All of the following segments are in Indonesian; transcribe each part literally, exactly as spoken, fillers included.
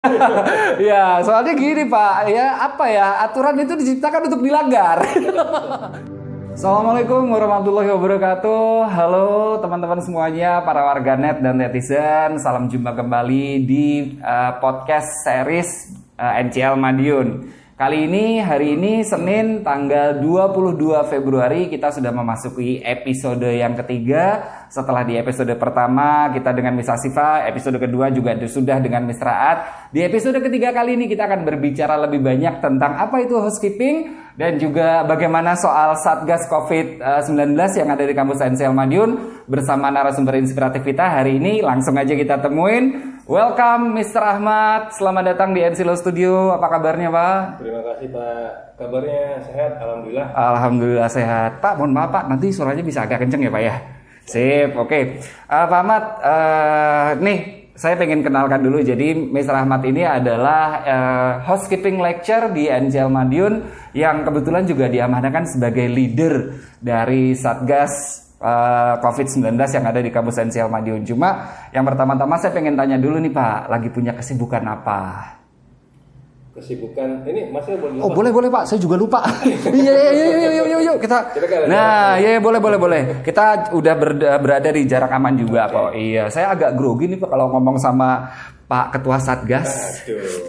Ya, soalnya gini Pak, ya apa ya, aturan itu diciptakan untuk dilanggar. Assalamualaikum warahmatullahi wabarakatuh. Halo teman-teman semuanya, para warganet dan netizen. Salam jumpa kembali di uh, podcast series uh, N C L Madiun. Kali ini, hari ini Senin tanggal dua puluh dua Februari, kita sudah memasuki episode yang ketiga. Setelah di episode pertama kita dengan Miss Asifa, episode kedua juga sudah dengan Miss Raat. Di episode ketiga kali ini kita akan berbicara lebih banyak tentang apa itu housekeeping dan juga bagaimana soal Satgas covid sembilan belas yang ada di kampus N C L Madiun bersama narasumber inspiratif kita hari ini. Langsung aja kita temuin. Welcome mister Ahmad, selamat datang di N C L Studio. Apa kabarnya Pak? Terima kasih Pak, kabarnya sehat, Alhamdulillah. Alhamdulillah sehat. Pak, mohon maaf Pak, nanti suaranya bisa agak kenceng ya Pak ya. Sip, oke. Okay. Uh, Pak Ahmad, uh, nih saya pengen kenalkan dulu. Jadi mister Ahmad ini adalah uh, housekeeping lecture di N C L Madiun yang kebetulan juga diamanahkan sebagai leader dari Satgas Uh, covid sembilan belas yang ada di kampus N C L Madiun. Cuma yang pertama-tama saya pengen tanya dulu nih Pak, lagi punya kesibukan apa? Kesibukan ini masih boleh? Oh boleh boleh Pak, saya juga lupa. Iya iya iya iya iya iya yuk kita. Nah iya boleh boleh boleh. Kita udah berada di jarak aman juga okay. Kok. Iya saya agak grogi nih Pak kalau ngomong sama Pak Ketua Satgas.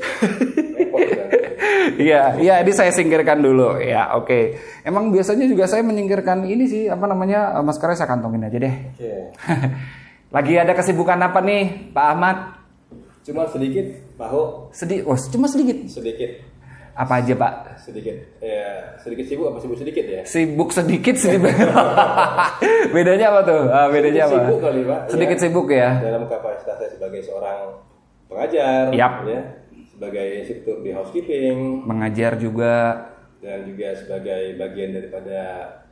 Iya, iya, ini saya singkirkan dulu. Ya, oke. Okay. Emang biasanya juga saya menyingkirkan ini sih, apa namanya, maskernya saya kantongin aja deh. Okay. Lagi ada kesibukan apa nih, Pak Ahmad? Cuma sedikit, Pak Ho. Sedikit, oh, cuma sedikit. Sedikit. Apa aja, Pak? Sedikit. Ya, sedikit sibuk apa sibuk sedikit ya? Sibuk sedikit sih. Bedanya apa tuh? Ah, bedanya sedikit apa? Sibuk kali, Pak. Sedikit ya, sibuk ya. Dalam kapasitas saya sebagai seorang pengajar, Yap. ya. Sebagai instruktur di housekeeping, mengajar juga, dan juga sebagai bagian daripada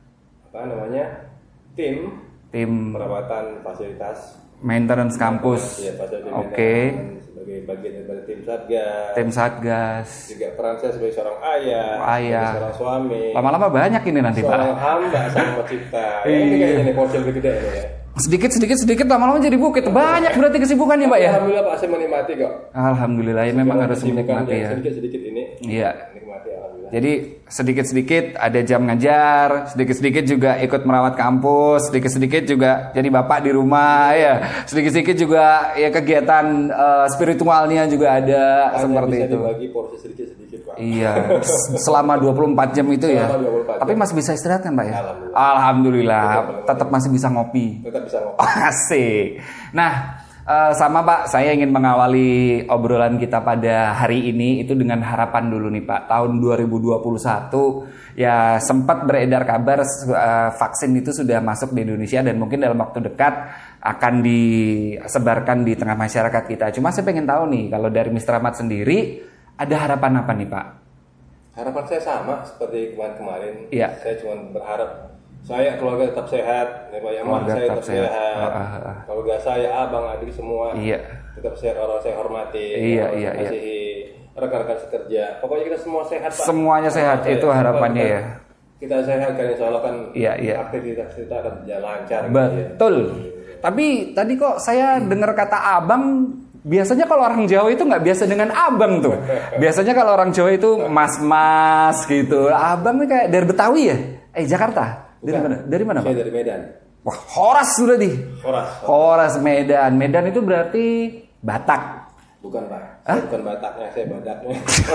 apa namanya tim tim perawatan fasilitas maintenance kampus. Ya, Oke. Okay. Sebagai bagian daripada tim satgas. Tim satgas. Juga peran saya sebagai seorang ayah, ayah. sebagai seorang suami. Lama-lama banyak ini nanti Pak. Seorang hamba sama pencipta. Ya, ini kayaknya ini porsi lebih gede ini ya. Sedikit sedikit sedikit lama-lama jadi bukit. Banyak berarti kesibukannya Pak ya. Alhamdulillah Pak, saya menikmati kok. Alhamdulillah ya, memang harus menikmati ya. Sedikit-sedikit ini. Iya. Menikmati alhamdulillah. Jadi sedikit-sedikit ada jam ngajar, sedikit-sedikit juga ikut merawat kampus, sedikit-sedikit juga jadi bapak di rumah ya. Sedikit-sedikit juga ya kegiatan uh, spiritualnya juga ada. Hanya seperti bisa itu. Dibagi porsi sedikit-sedikit Pak. Iya. Selama dua puluh empat jam itu ya. dua puluh empat jam. Tapi masih bisa istirahat kan Pak ya? Alhamdulillah. Alhamdulillah. Tetap masih bisa ngopi. Tetap bisa ngopi. Asik. Nah, uh, sama Pak, saya ingin mengawali obrolan kita pada hari ini itu dengan harapan dulu nih Pak. Tahun dua ribu dua puluh satu ya sempat beredar kabar uh, vaksin itu sudah masuk di Indonesia dan mungkin dalam waktu dekat akan disebarkan di tengah masyarakat kita. Cuma saya pengen tahu nih, kalau dari mister Ahmad sendiri ada harapan apa nih Pak? Harapan saya sama seperti kemarin-kemarin. Iya. Saya cuma berharap saya keluarga tetap sehat, ya Pak, yang keluarga saya tetap sehat, sehat. Uh, uh, uh. keluarga saya, abang, adik semua iya. tetap sehat, orang saya hormati, iya, orang iya, saya kasihi, iya. rekan-rekan sekerja, pokoknya kita semua sehat Pak. Semuanya sehat, Sehat. itu harapannya kita, ya. Kita sehat kan insya Allah kan iya, iya. aktivitas kita akan berjalan lancar. Betul. Gitu ya. Tapi tadi kok saya dengar kata abang. Biasanya kalau orang Jawa itu nggak biasa dengan abang tuh. Biasanya kalau orang Jawa itu mas-mas gitu. Abang nih kayak dari Betawi ya? Eh Jakarta? Dari Bukan. mana? Dari mana Pak? Saya dari Medan. Wah Horas sudah di. Horas. Horas Medan. Medan itu berarti Batak. Bukan Pak. Hah? Saya bukan Bataknya, saya Badaknya.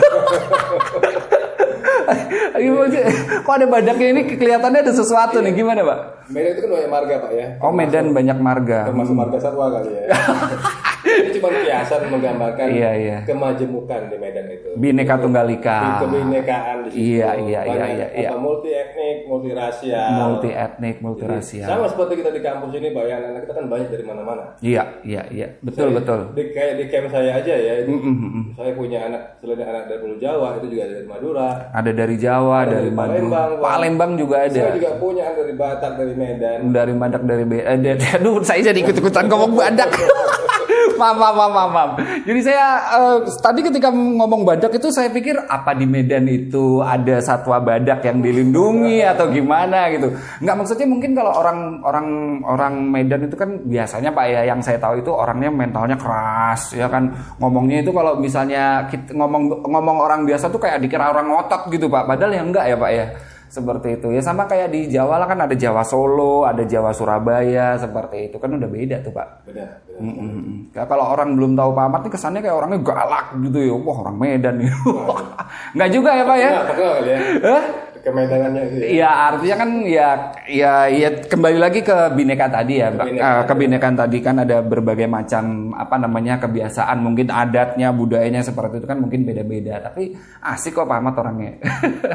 Kok ada badaknya ini kelihatannya ada sesuatu nih, gimana Pak? Medan itu kan banyak marga Pak ya. Oh Medan banyak marga. Termasuk marga satwa kali ya. Ini cuma kiasan menggambarkan iya, iya. kemajemukan di Medan itu. Bhinneka Tunggal Ika. Kebinekaan di situ. Iya iya iya iya. iya. Multi etnik, multi rasial. Multi etnik, multi rasial. Sama seperti kita di kampus ini, Pak, anak kita kan banyak dari mana-mana. Iya iya iya. Betul saya, betul. Di, kayak di camp saya aja ya. Itu, mm -mm. Saya punya anak selain anak dari Pulau Jawa, itu juga dari Madura. Ada dari Jawa, ada dari, dari Palembang. Madura. Palembang juga ada. Saya juga punya anak dari Batak, dari Medan. Dari Batak, dari B. Eh, aduh, saya jadi ikut-ikutan ngomong Badak. maaf, maaf, maaf, maaf, maaf. Jadi saya uh, tadi ketika ngomong badak itu saya pikir apa di Medan itu ada satwa badak yang dilindungi atau gimana gitu. Nggak, maksudnya mungkin kalau orang orang orang Medan itu kan biasanya Pak ya, yang saya tahu itu orangnya mentalnya keras ya kan, ngomongnya itu kalau misalnya kita ngomong ngomong orang biasa tuh kayak dikira orang ngotot gitu Pak. Padahal ya enggak ya Pak ya. Seperti itu ya, sama kayak di Jawa lah kan ada Jawa Solo, ada Jawa Surabaya, seperti itu kan udah beda tuh Pak. Beda. beda. Mm-mm. Ya, kalau orang belum tahu Pak Ahmad nih kesannya kayak orangnya galak gitu ya, wah orang Medan nih. Nggak juga ya Pak ya? Terkenal kali ya. Hah? Kemedangannya gitu. Iya, artinya kan ya ya ya kembali lagi ke bineka tadi ya, Kebinekaan. Uh, kebinekaan tadi kan ada berbagai macam apa namanya kebiasaan, mungkin adatnya, budayanya seperti itu kan mungkin beda-beda, tapi asik kok Pak Ahmad orangnya.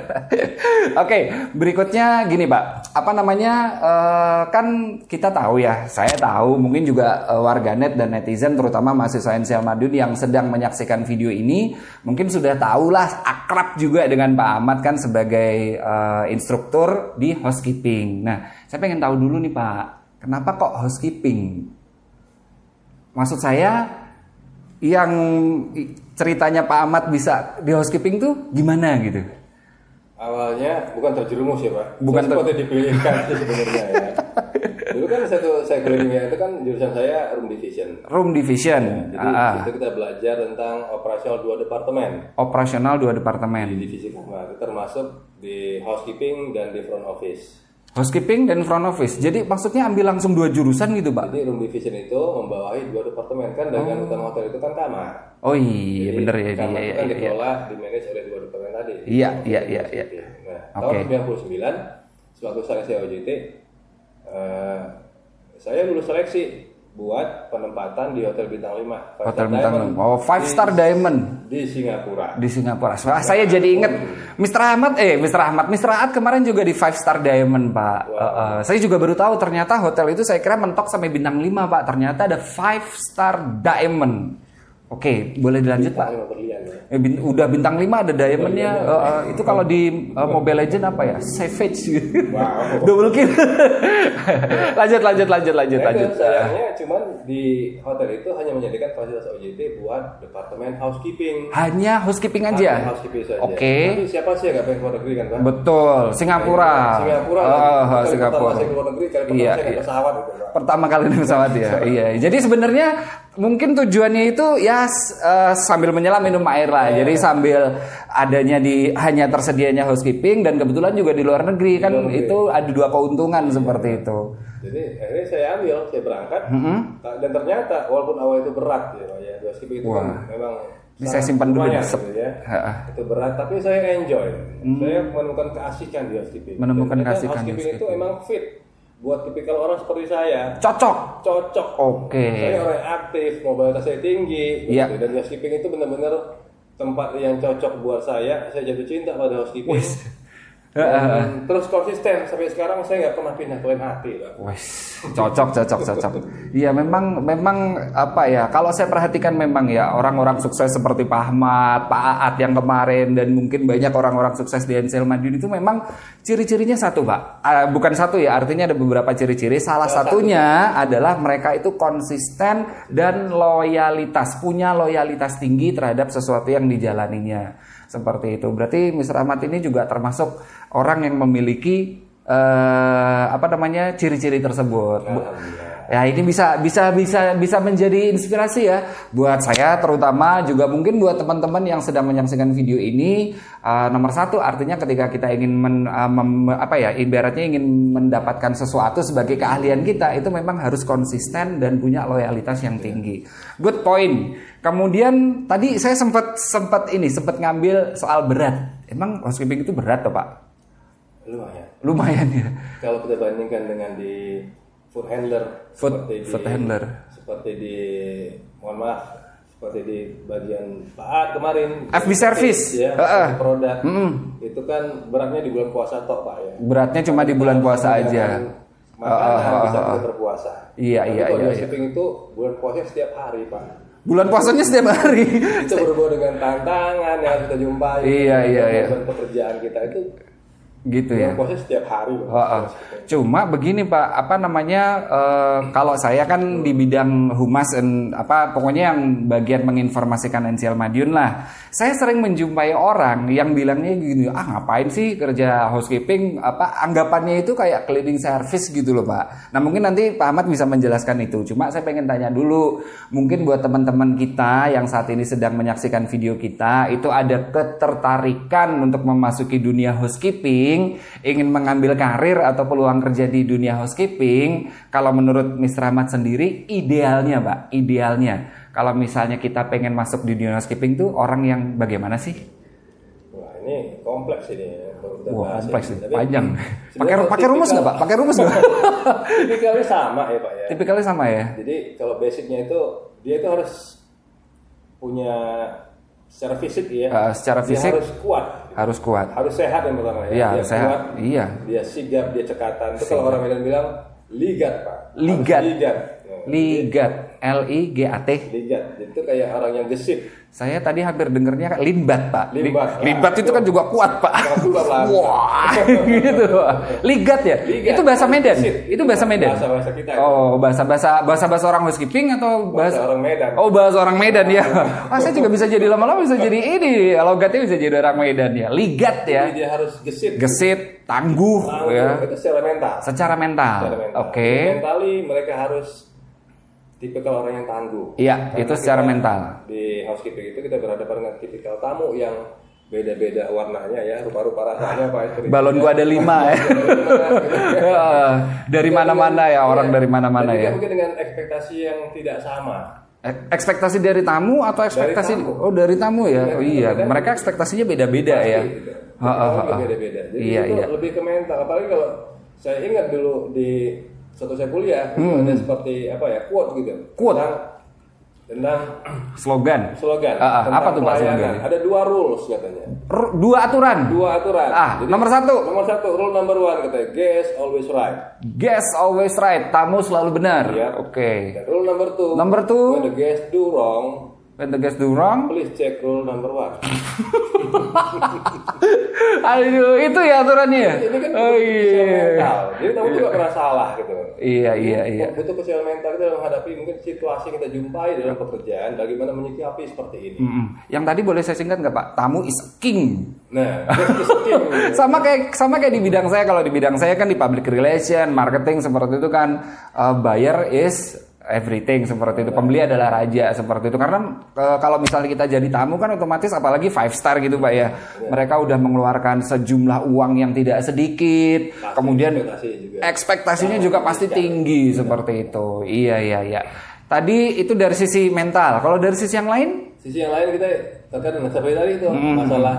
Oke, okay, berikutnya gini Pak, apa namanya uh, kan kita tahu ya, saya tahu mungkin juga uh, warganet dan netizen terutama mahasiswa N C L Madiun yang sedang menyaksikan video ini mungkin sudah tahulah akrab juga dengan Pak Ahmad kan sebagai Uh, instruktur di housekeeping. Nah, saya pengen tahu dulu nih Pak, kenapa kok housekeeping? Maksud saya, yang ceritanya Pak Ahmad bisa di housekeeping tuh gimana gitu? Awalnya bukan terjerumus ya Pak, bukan saya seperti dipilihkan sebenarnya ya. Dulu kan satu saya kelilingnya itu kan jurusan saya room division. Room division. Ya, jadi ah. Di situ kita belajar tentang operasional dua departemen. Operasional dua departemen. Di divisi kamar, termasuk di housekeeping dan di front office. Housekeeping dan front office. Jadi maksudnya ambil langsung dua jurusan gitu Pak? Jadi room division itu membawahi dua departemen kan, dengan oh. utama hotel itu kan kamar. Oh iya, bener ya. Kamar iya, itu kan iya, dikelola, iya. dimanage oleh dua departemen tadi. Iya, iya, iya, iya. Nah, okay. tahun sembilan puluh sembilan, sewaktu saya O J T, uh, saya lulus seleksi buat penempatan di Hotel Bintang lima. Hotel Bintang lima. Oh, Five Star Diamond di Singapura. Di Singapura. Wah, saya jadi inget mister Ahmad eh mister Ahmad, mister Ahmad kemarin juga di Five Star Diamond, Pak. Wow. Uh, uh, saya juga baru tahu ternyata hotel itu saya kira mentok sampai bintang lima, Pak. Ternyata ada Five Star Diamond. Oke, boleh dilanjut bintang Pak? Berlian, ya? eh, bin, udah bintang lima ada diamondnya. Uh, uh, itu kalau di uh, Mobile Legend apa ya? Savage. Wow. Double kill. lanjut, lanjut, lanjut, lanjut, nah, lanjut. Sayangnya cuman di hotel itu hanya menjadikan fasilitas O J T buat departemen housekeeping. Hanya housekeeping aja. Hanya housekeeping saja. Oke. Okay. Tapi siapa sih yang nggak pengen keluar negeri kan, Pak? Betul. Singapura. Singapura. Oh, kali Singapura. Pertama saya keluar negeri, kali pertama iya, saya naik iya. pesawat gitu, Pak. Pertama kali naik pesawat ya. Iya. Jadi sebenarnya mungkin tujuannya itu ya uh, sambil menyelam minum air lah. Yeah. Jadi sambil adanya di hanya tersedianya housekeeping dan kebetulan juga di luar negeri kan luar negeri. Itu ada dua keuntungan yeah. seperti itu. Jadi akhirnya saya ambil, saya berangkat mm-hmm. dan ternyata walaupun awal itu berat ya, ya housekeeping itu kan memang ini saya simpan dulu gitu ya. Itu berat tapi saya enjoy. Mm. Saya menemukan keasikan di housekeeping. Menemukan keasikan housekeeping, housekeeping itu emang fit buat tipikal orang seperti saya. Cocok. Cocok. Oke. Okay. Saya orang aktif, mobilitas saya tinggi. Yeah. Gitu. Dan housekeeping itu benar-benar tempat yang cocok buat saya. Saya jatuh cinta pada housekeeping. Dan terus konsisten sampai sekarang saya nggak pernah pindah ke lain hati. Wes, cocok, cocok, cocok. Iya memang, memang apa ya? Kalau saya perhatikan memang ya orang-orang sukses seperti Pak Ahmad, Pak Aat yang kemarin dan mungkin banyak orang-orang sukses di N C L Madiun itu memang ciri-cirinya satu, Pak. Uh, bukan satu ya, artinya ada beberapa ciri-ciri. Salah, Salah satunya satu. adalah mereka itu konsisten dan loyalitas, punya loyalitas tinggi terhadap sesuatu yang dijalaninya. Seperti itu. Berarti mister Ahmad ini juga termasuk orang yang memiliki uh, apa namanya ciri-ciri tersebut. Ya ini bisa bisa bisa bisa menjadi inspirasi ya buat saya terutama juga mungkin buat teman-teman yang sedang menyaksikan video ini. Uh, nomor satu artinya ketika kita ingin men, uh, mem, apa ya ibaratnya ingin mendapatkan sesuatu sebagai keahlian kita itu memang harus konsisten dan punya loyalitas yang tinggi. Good point. Kemudian tadi saya sempat sempat ini sempat ngambil soal berat. Emang housekeeping itu berat toh Pak? Lumayan. Lumayan ya. Kalau kita bandingkan dengan di food handler, food, seperti di, food handler, seperti di, mohon maaf, seperti di bagian Pak Aat kemarin. F B service, ya, uh-uh. produk, mm-hmm. itu kan beratnya di bulan puasa tok Pak ya. Beratnya cuma di bulan puasa aja. Makanan uh, uh, bisa kita berpuasa. Iya Tapi iya kalau iya. Shipping itu bulan puasa setiap hari Pak. Bulan puasanya setiap hari. Itu berhubungan dengan tantangan yang kita jumpai. Iya iya iya. Dan pekerjaan kita itu Gitu ya. Proses setiap hari. Oh, oh. Cuma begini Pak, apa namanya? Uh, kalau saya kan di bidang humas dan apa, pokoknya yang bagian menginformasikan N C L Madiun lah. Saya sering menjumpai orang yang bilangnya gini, ah ngapain sih kerja housekeeping? Apa anggapannya itu kayak cleaning service gitu loh Pak. Nah mungkin nanti Pak Ahmad bisa menjelaskan itu. Cuma saya pengen tanya dulu, mungkin buat teman-teman kita yang saat ini sedang menyaksikan video kita, itu ada ketertarikan untuk memasuki dunia housekeeping, ingin mengambil karir atau peluang kerja di dunia housekeeping. Kalau menurut mister Ahmad sendiri, idealnya Pak, idealnya kalau misalnya kita pengen masuk di dunia housekeeping tuh orang yang bagaimana sih? Wah ini kompleks ini. Wah kompleks ini, panjang. Pakai pakai rumus nggak Pak? Pakai rumus nggak? Tipikalnya sama ya Pak ya. Tipikalnya sama ya. Jadi kalau basicnya itu dia itu harus punya secara fisik ya. Uh, secara fisik dia harus kuat. Harus kuat. Harus sehat yang pertama ya. Iya, dia harus sehat. Kuat, iya. Dia sigap, dia cekatan. Itu kalau orang Medan bilang ligat Pak. Ligat. Harus ligat. Nah, ligat. L I G A T. Ligat. Itu kayak orang yang gesit. Saya tadi hampir dengernya limbat Pak. Limbat. Limbat itu kan juga kuat Pak. Wah, gitu Pak. Ligat ya. Ligat. Itu bahasa Medan. Gesit. Itu bahasa Medan. Bahasa bahasa kita. Oh, bahasa bahasa bahasa bahasa orang housekeeping atau bahasa, bahasa orang Medan. Oh, bahasa orang Medan ya. Ah, saya juga bisa jadi lama-lama bisa jadi ini. Logatnya bisa jadi orang Medan ya. Ligat ya. Jadi dia harus gesit. Gesit, tangguh, Tangguh ya. Itu secara mental. Secara mental. mental. Oke. Okay. Mentally mereka harus tipikal orang yang tangguh. Iya, itu secara mental. Di housekeeping itu kita berhadapan dengan tipikal tamu yang beda-beda warnanya ya, rupa-rupa rasanya Pak. Balon gua ada lima ya. Dari mana-mana ya, orang dari mana-mana ya. Mungkin dengan ekspektasi yang tidak sama. Ekspektasi dari tamu atau ekspektasi dari tamu. Oh dari tamu ya. Oh iya, mereka ekspektasinya beda-beda ya. Gitu. Beda-beda. Jadi iya, itu iya. lebih ke mental. Apalagi kalau saya ingat dulu di suatu saya kuliah hmm. ada seperti apa ya, quote gitu. Quote. Tentang, tentang slogan. Slogan. Uh, uh, apa tuh Pak slogan? Ada dua rules katanya. R- dua aturan. Dua aturan. Ah, Jadi, nomor satu. Nomor satu, rule number one katanya, guest always right. Guest always right. Tamu selalu benar. Yep. Oke. Okay. Rule number two. Number two. When the guest do wrong. When the guest do wrong, please check rule number one. Aduh, itu ya aturannya. Ini kan oh iya. mental. Jadi tamu juga pernah salah gitu. Iya iya iya. Butuh kesehatan mental kita dalam menghadapi mungkin situasi yang kita jumpai dalam pekerjaan. Bagaimana menyikapi seperti ini. Mm-hmm. Yang tadi boleh saya singkat nggak Pak? Tamu is king. Nah, is king. sama kayak sama kayak di bidang saya. Kalau di bidang saya kan di public relation, marketing seperti itu kan, uh, buyer is everything seperti itu, pembeli adalah raja seperti itu. Karena e, kalau misalnya kita jadi tamu kan otomatis apalagi five star gitu Pak ya, mereka udah mengeluarkan sejumlah uang yang tidak sedikit, pasti, kemudian ekspektasinya juga, ekspektasinya juga pasti tinggi ya. Seperti itu. Iya iya iya. Tadi itu dari sisi mental. Kalau dari sisi yang lain? Sisi yang lain kita terkait dengan seperti tadi itu hmm. masalah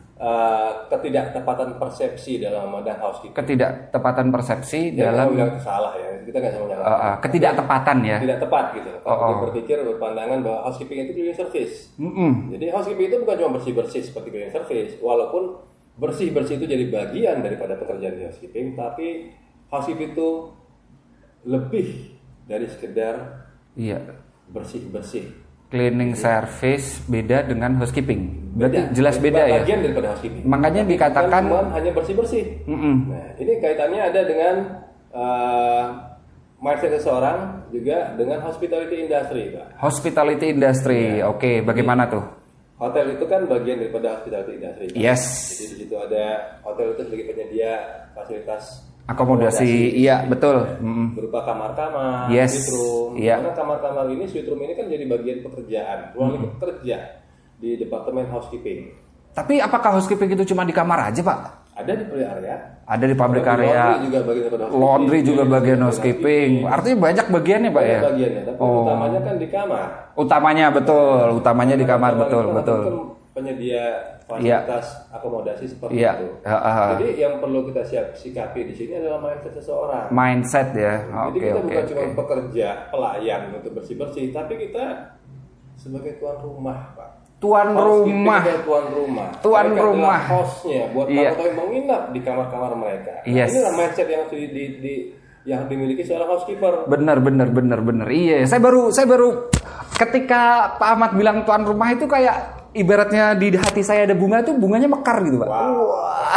Uh, ketidaktepatan persepsi dalam memandang housekeeping. Ketidaktepatan persepsi ya, dalam bilang salah ya, kita nggak sama menyalahkan. Uh, uh, ketidaktepatan ya. Tidak tepat gitu. Kalau oh, oh. dia berpikir berpandangan bahwa housekeeping itu cleaning service. Mm-mm. Jadi housekeeping itu bukan cuma bersih-bersih seperti cleaning service, walaupun bersih-bersih itu jadi bagian daripada pekerjaan di housekeeping, tapi housekeeping itu lebih dari sekedar iya. bersih-bersih. Cleaning service beda dengan housekeeping. Berarti beda. jelas beda ya. Bagian daripada housekeeping. Makanya tapi dikatakan cuma hanya bersih-bersih. Mm-mm. Nah, ini kaitannya ada dengan uh, mindset seseorang juga dengan hospitality industry, Pak. Hospitality industry. Ya. Oke, okay. Bagaimana Jadi, tuh? Hotel itu kan bagian daripada hospitality industry. Pak. Yes. Jadi di situ ada hotel itu sebagai penyedia fasilitas akomodasi, akomodasi. Iya betul. Ya, berupa kamar-kamar, yes. suite room. Iya. Karena kamar-kamar ini, suite room ini kan jadi bagian pekerjaan, ruang lingkup kerja di departemen housekeeping. Tapi apakah housekeeping itu cuma di kamar aja Pak? Ada di public area. Ada di public area. Laundry juga bagian housekeeping. Laundry juga bagian housekeeping. Artinya banyak bagiannya Pak ya? Bagiannya, tapi oh. utamanya kan di kamar. Utamanya betul, utamanya di kamar, kamar betul, betul. Penyedia fasilitas ya. Akomodasi seperti ya. itu. Uh, uh. Jadi yang perlu kita siap sikapi di sini adalah mindset seseorang. Mindset ya. Jadi okay, kita okay, bukan okay. cuma pekerja pelayan untuk bersih-bersih, tapi kita sebagai tuan rumah, Pak. Tuan rumah. Tuan rumah. Tuan mereka rumah. Hostnya buat yeah. tamu-tamu yang menginap di kamar-kamar mereka. Yes. Inilah mindset yang di, di, di yang dimiliki seorang housekeeper. Benar, benar, benar, benar. Iya, saya baru, saya baru ketika Pak Ahmad bilang tuan rumah itu kayak ibaratnya di hati saya ada bunga tuh bunganya mekar gitu Pak. Wow.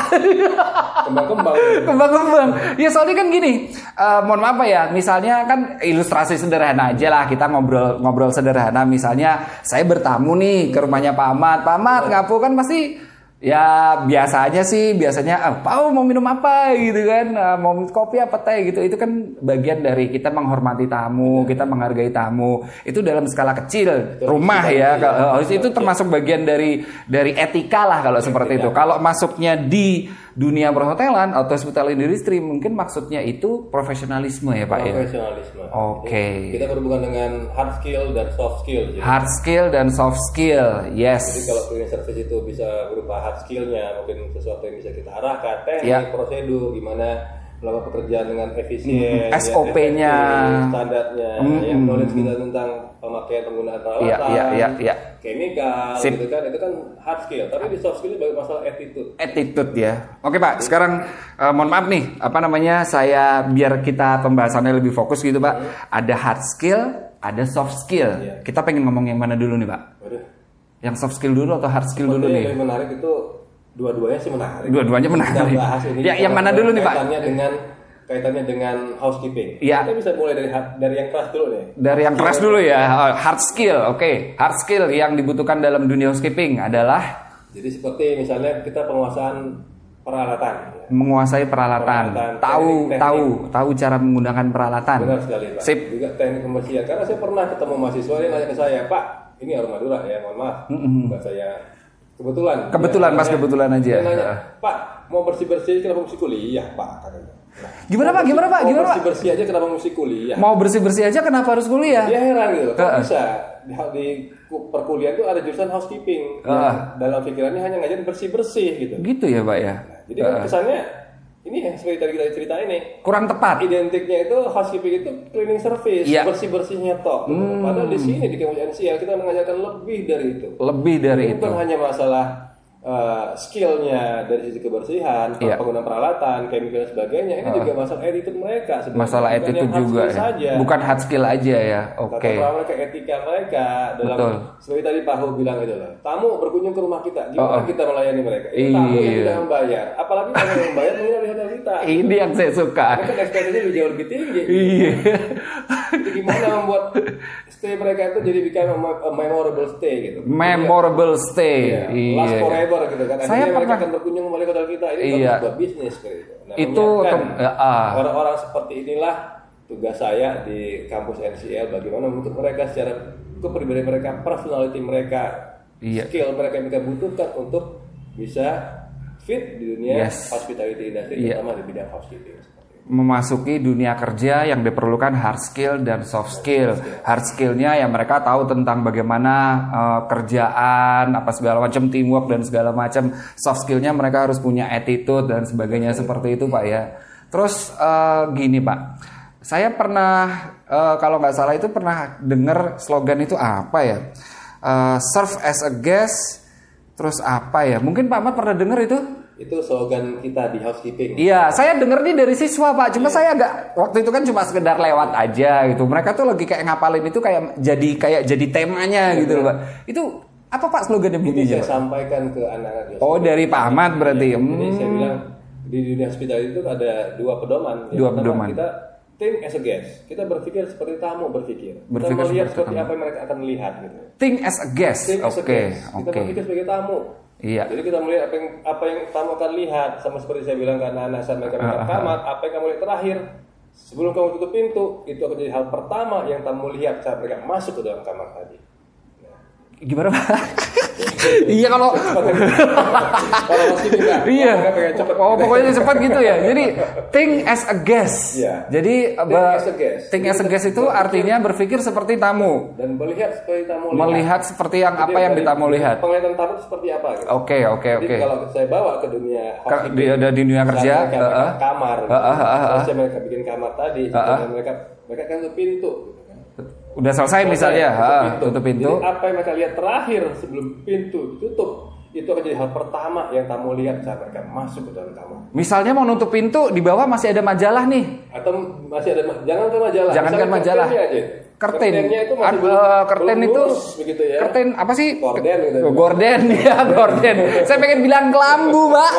Kembang-kembang. Kembang-kembang. Ya soalnya kan gini, uh, mohon maaf ya, misalnya kan ilustrasi sederhana aja lah, kita ngobrol ngobrol sederhana. Misalnya saya bertamu nih ke rumahnya Pak Ahmad, Pak Ahmad ngapu kan pasti ya biasa aja sih, biasanya ah, Pak mau minum apa gitu kan, ah, mau kopi apa teh gitu. Itu kan bagian dari kita menghormati tamu, kita menghargai tamu. Itu dalam skala kecil, rumah ya. Kalau itu termasuk bagian dari dari etika lah kalau seperti itu. Kalau masuknya di dunia perhotelan atau hospitality industry mungkin maksudnya itu profesionalisme ya Pak ya. Profesionalisme. Oke. Okay. Kita berhubungan dengan hard skill dan soft skill. Jadi. Hard skill dan soft skill, yes. Jadi kalau cleaning service itu bisa berupa hard skillnya, mungkin sesuatu yang bisa kita arahkan, teknik, ya. Prosedur, gimana melakukan pekerjaan dengan efisien, mm, S O P-nya, ya, standarnya, mm, yang knowledge kita tentang pemakaian penggunaan peralatan, ya, ya, ya, ya. chemical, Sip. gitu kan, itu kan hard skill. Tapi di soft skill itu masalah attitude. Attitude ya. Oke Pak, sekarang uh, mohon maaf nih, apa namanya, saya biar kita pembahasannya lebih fokus gitu Pak. Hmm. Ada hard skill, ada soft skill. Ya. Kita pengen ngomong yang mana dulu nih Pak? Waduh. Yang soft skill dulu atau hard skill Seperti dulu nih? Yang menarik itu dua-duanya sih menarik. Dua-duanya menarik. Kita bahas ini. Ya, yang mana dulu nih Pak? Kaitannya dengan kaitannya dengan housekeeping. Ya. Kita bisa mulai dari dari yang keras dulu nih. Dari yang keras dulu ya. Hard skill, oke. Okay. Hard skill yang dibutuhkan dalam dunia housekeeping adalah. Jadi seperti misalnya kita penguasaan peralatan. Ya. Menguasai peralatan. peralatan tahu teknik, tahu teknik. tahu cara menggunakan peralatan. Benar sekali Pak. Sip. Juga teknik pembersihan. Karena saya pernah ketemu mahasiswa yang nanya ke saya, Pak, ini aroma Madura ya, mohon maaf. Mm-hmm. Buat saya kebetulan. Kebetulan, ya, Mas, kebetulan aja. Dia nanya, Pak, mau bersih-bersih kenapa mesti kuliah, Pak? Katanya. Nah, gimana Pak? Gimana Pak? Gimana Pak? Bersih-bersih aja kenapa mesti kuliah? Mau bersih-bersih aja kenapa harus kuliah? Dia heran gitu. Kok bisa di, di perkuliahan itu ada jurusan housekeeping. Uh. Dalam pikirannya hanya ngajarin bersih-bersih gitu. Gitu ya Pak ya. Nah, jadi uh. kesannya ini yang seperti tadi kita cerita ini kurang tepat. Identiknya itu housekeeping itu cleaning service, yeah. bersih-bersihnya toh. Hmm. Padahal di sini di kampus N C L kita mengajarkan lebih dari itu. Lebih dari itu. Bukan hanya masalah Uh, skillnya dari sisi kebersihan, yeah. penggunaan peralatan, chemical dan sebagainya. Ini uh. juga masalah attitude mereka. Sebenarnya. Masalah bukan attitude juga ya. Saja. Bukan hard skill aja ya. Oke. Okay. Tata mereka, etika mereka dalam. Betul. Seperti tadi Pak Hu bilang itu lah. Tamu berkunjung ke rumah kita, gimana oh, oh. kita melayani mereka? Itu iya. tamu yang tidak membayar. Apalagi tamu yang membayar menginap di hotel kita. Ini yang saya suka. Ini kan ekspektasinya lebih jauh lebih tinggi. Iya. Jadi gimana membuat stay mereka itu jadi become a memorable stay gitu. Memorable stay. Iya. Iya. Last forever. Gitu kan. Saya mereka pernah akan berkunjung kembali ke hotel kita ini iya. buat bisnis gitu. Nah, itu uh, orang-orang seperti inilah tugas saya di kampus N C L, bagaimana untuk mereka secara kepribadian mereka, personality mereka, iya. skill mereka yang mereka butuhkan untuk bisa fit di dunia yes. hospitality industry, iya. terutama di bidang housekeeping. Memasuki dunia kerja yang diperlukan hard skill dan soft skill. Hard skillnya yang mereka tahu tentang bagaimana uh, kerjaan, apa segala macam, teamwork dan segala macam. Soft skillnya mereka harus punya attitude dan sebagainya seperti itu Pak ya. Terus uh, gini Pak, saya pernah uh, kalau nggak salah itu pernah dengar slogan itu apa ya? Uh, serve as a guest. Terus apa ya? Mungkin Pak Ahmad pernah dengar itu? Itu slogan kita di housekeeping. Iya, saya denger nih dari siswa Pak. Cuma yeah. saya agak waktu itu kan cuma sekedar lewat aja gitu. Mereka tuh lagi kayak ngapalin itu kayak jadi kayak jadi temanya yeah. gitu loh Pak. Itu apa Pak slogannya begini aja? Saya sampaikan ke anak-anak. Oh dari Pak Ahmad berarti. Ya, hmm. Jadi saya bilang di dunia hospitality itu ada dua pedoman. Dua pedoman. Kita think as a guest. Kita berpikir seperti tamu berpikir. Berpikir kita melihat seperti, seperti apa yang mereka akan lihat gitu. Think as a guest. Oke. Okay. Kita okay. berpikir sebagai tamu. Iya. Jadi kita melihat apa yang apa yang tamu akan lihat, sama seperti saya bilang ke anak-anak saat mereka masuk kamar, apa yang kamu lihat terakhir sebelum kamu tutup pintu, itu akan jadi hal pertama yang tamu lihat saat mereka masuk ke dalam kamar tadi. Gimana Pak? Iya kalau iya. Oh pokoknya cepat gitu ya. Jadi think as a guest. Yeah. Jadi think ba- as a guest. Think as a guest itu artinya berpikir seperti tamu dan melihat seperti tamu lihat. Melihat seperti yang Jadi apa yang di tamu lihat. Penglihatan tamu seperti apa? Oke gitu. oke okay, oke. Okay, okay. Kalau saya bawa ke dunia di, di, di dunia kerja, mereka uh, uh, kamar, uh, uh, uh, uh, uh, mereka bikin kamar tadi, uh, uh. mereka mereka kan tutup pintu. Udah selesai misalnya, tutup pintu. tutup pintu. Jadi apa yang mereka lihat terakhir sebelum pintu ditutup, itu akan jadi hal pertama yang tamu lihat saat mereka masuk ke dalam kamar. Misalnya mau nutup pintu, di bawah masih ada majalah nih. Atau masih ada, jangan ke majalah. Jangan ke majalah. Aja. Kertin. Itu Ad, belum, uh, kertin belum itu lurus, begitu ya. Kertin apa sih? Gorden gitu. Oh, gorden ya, gorden. Saya pengen bilang kelambu, Pak.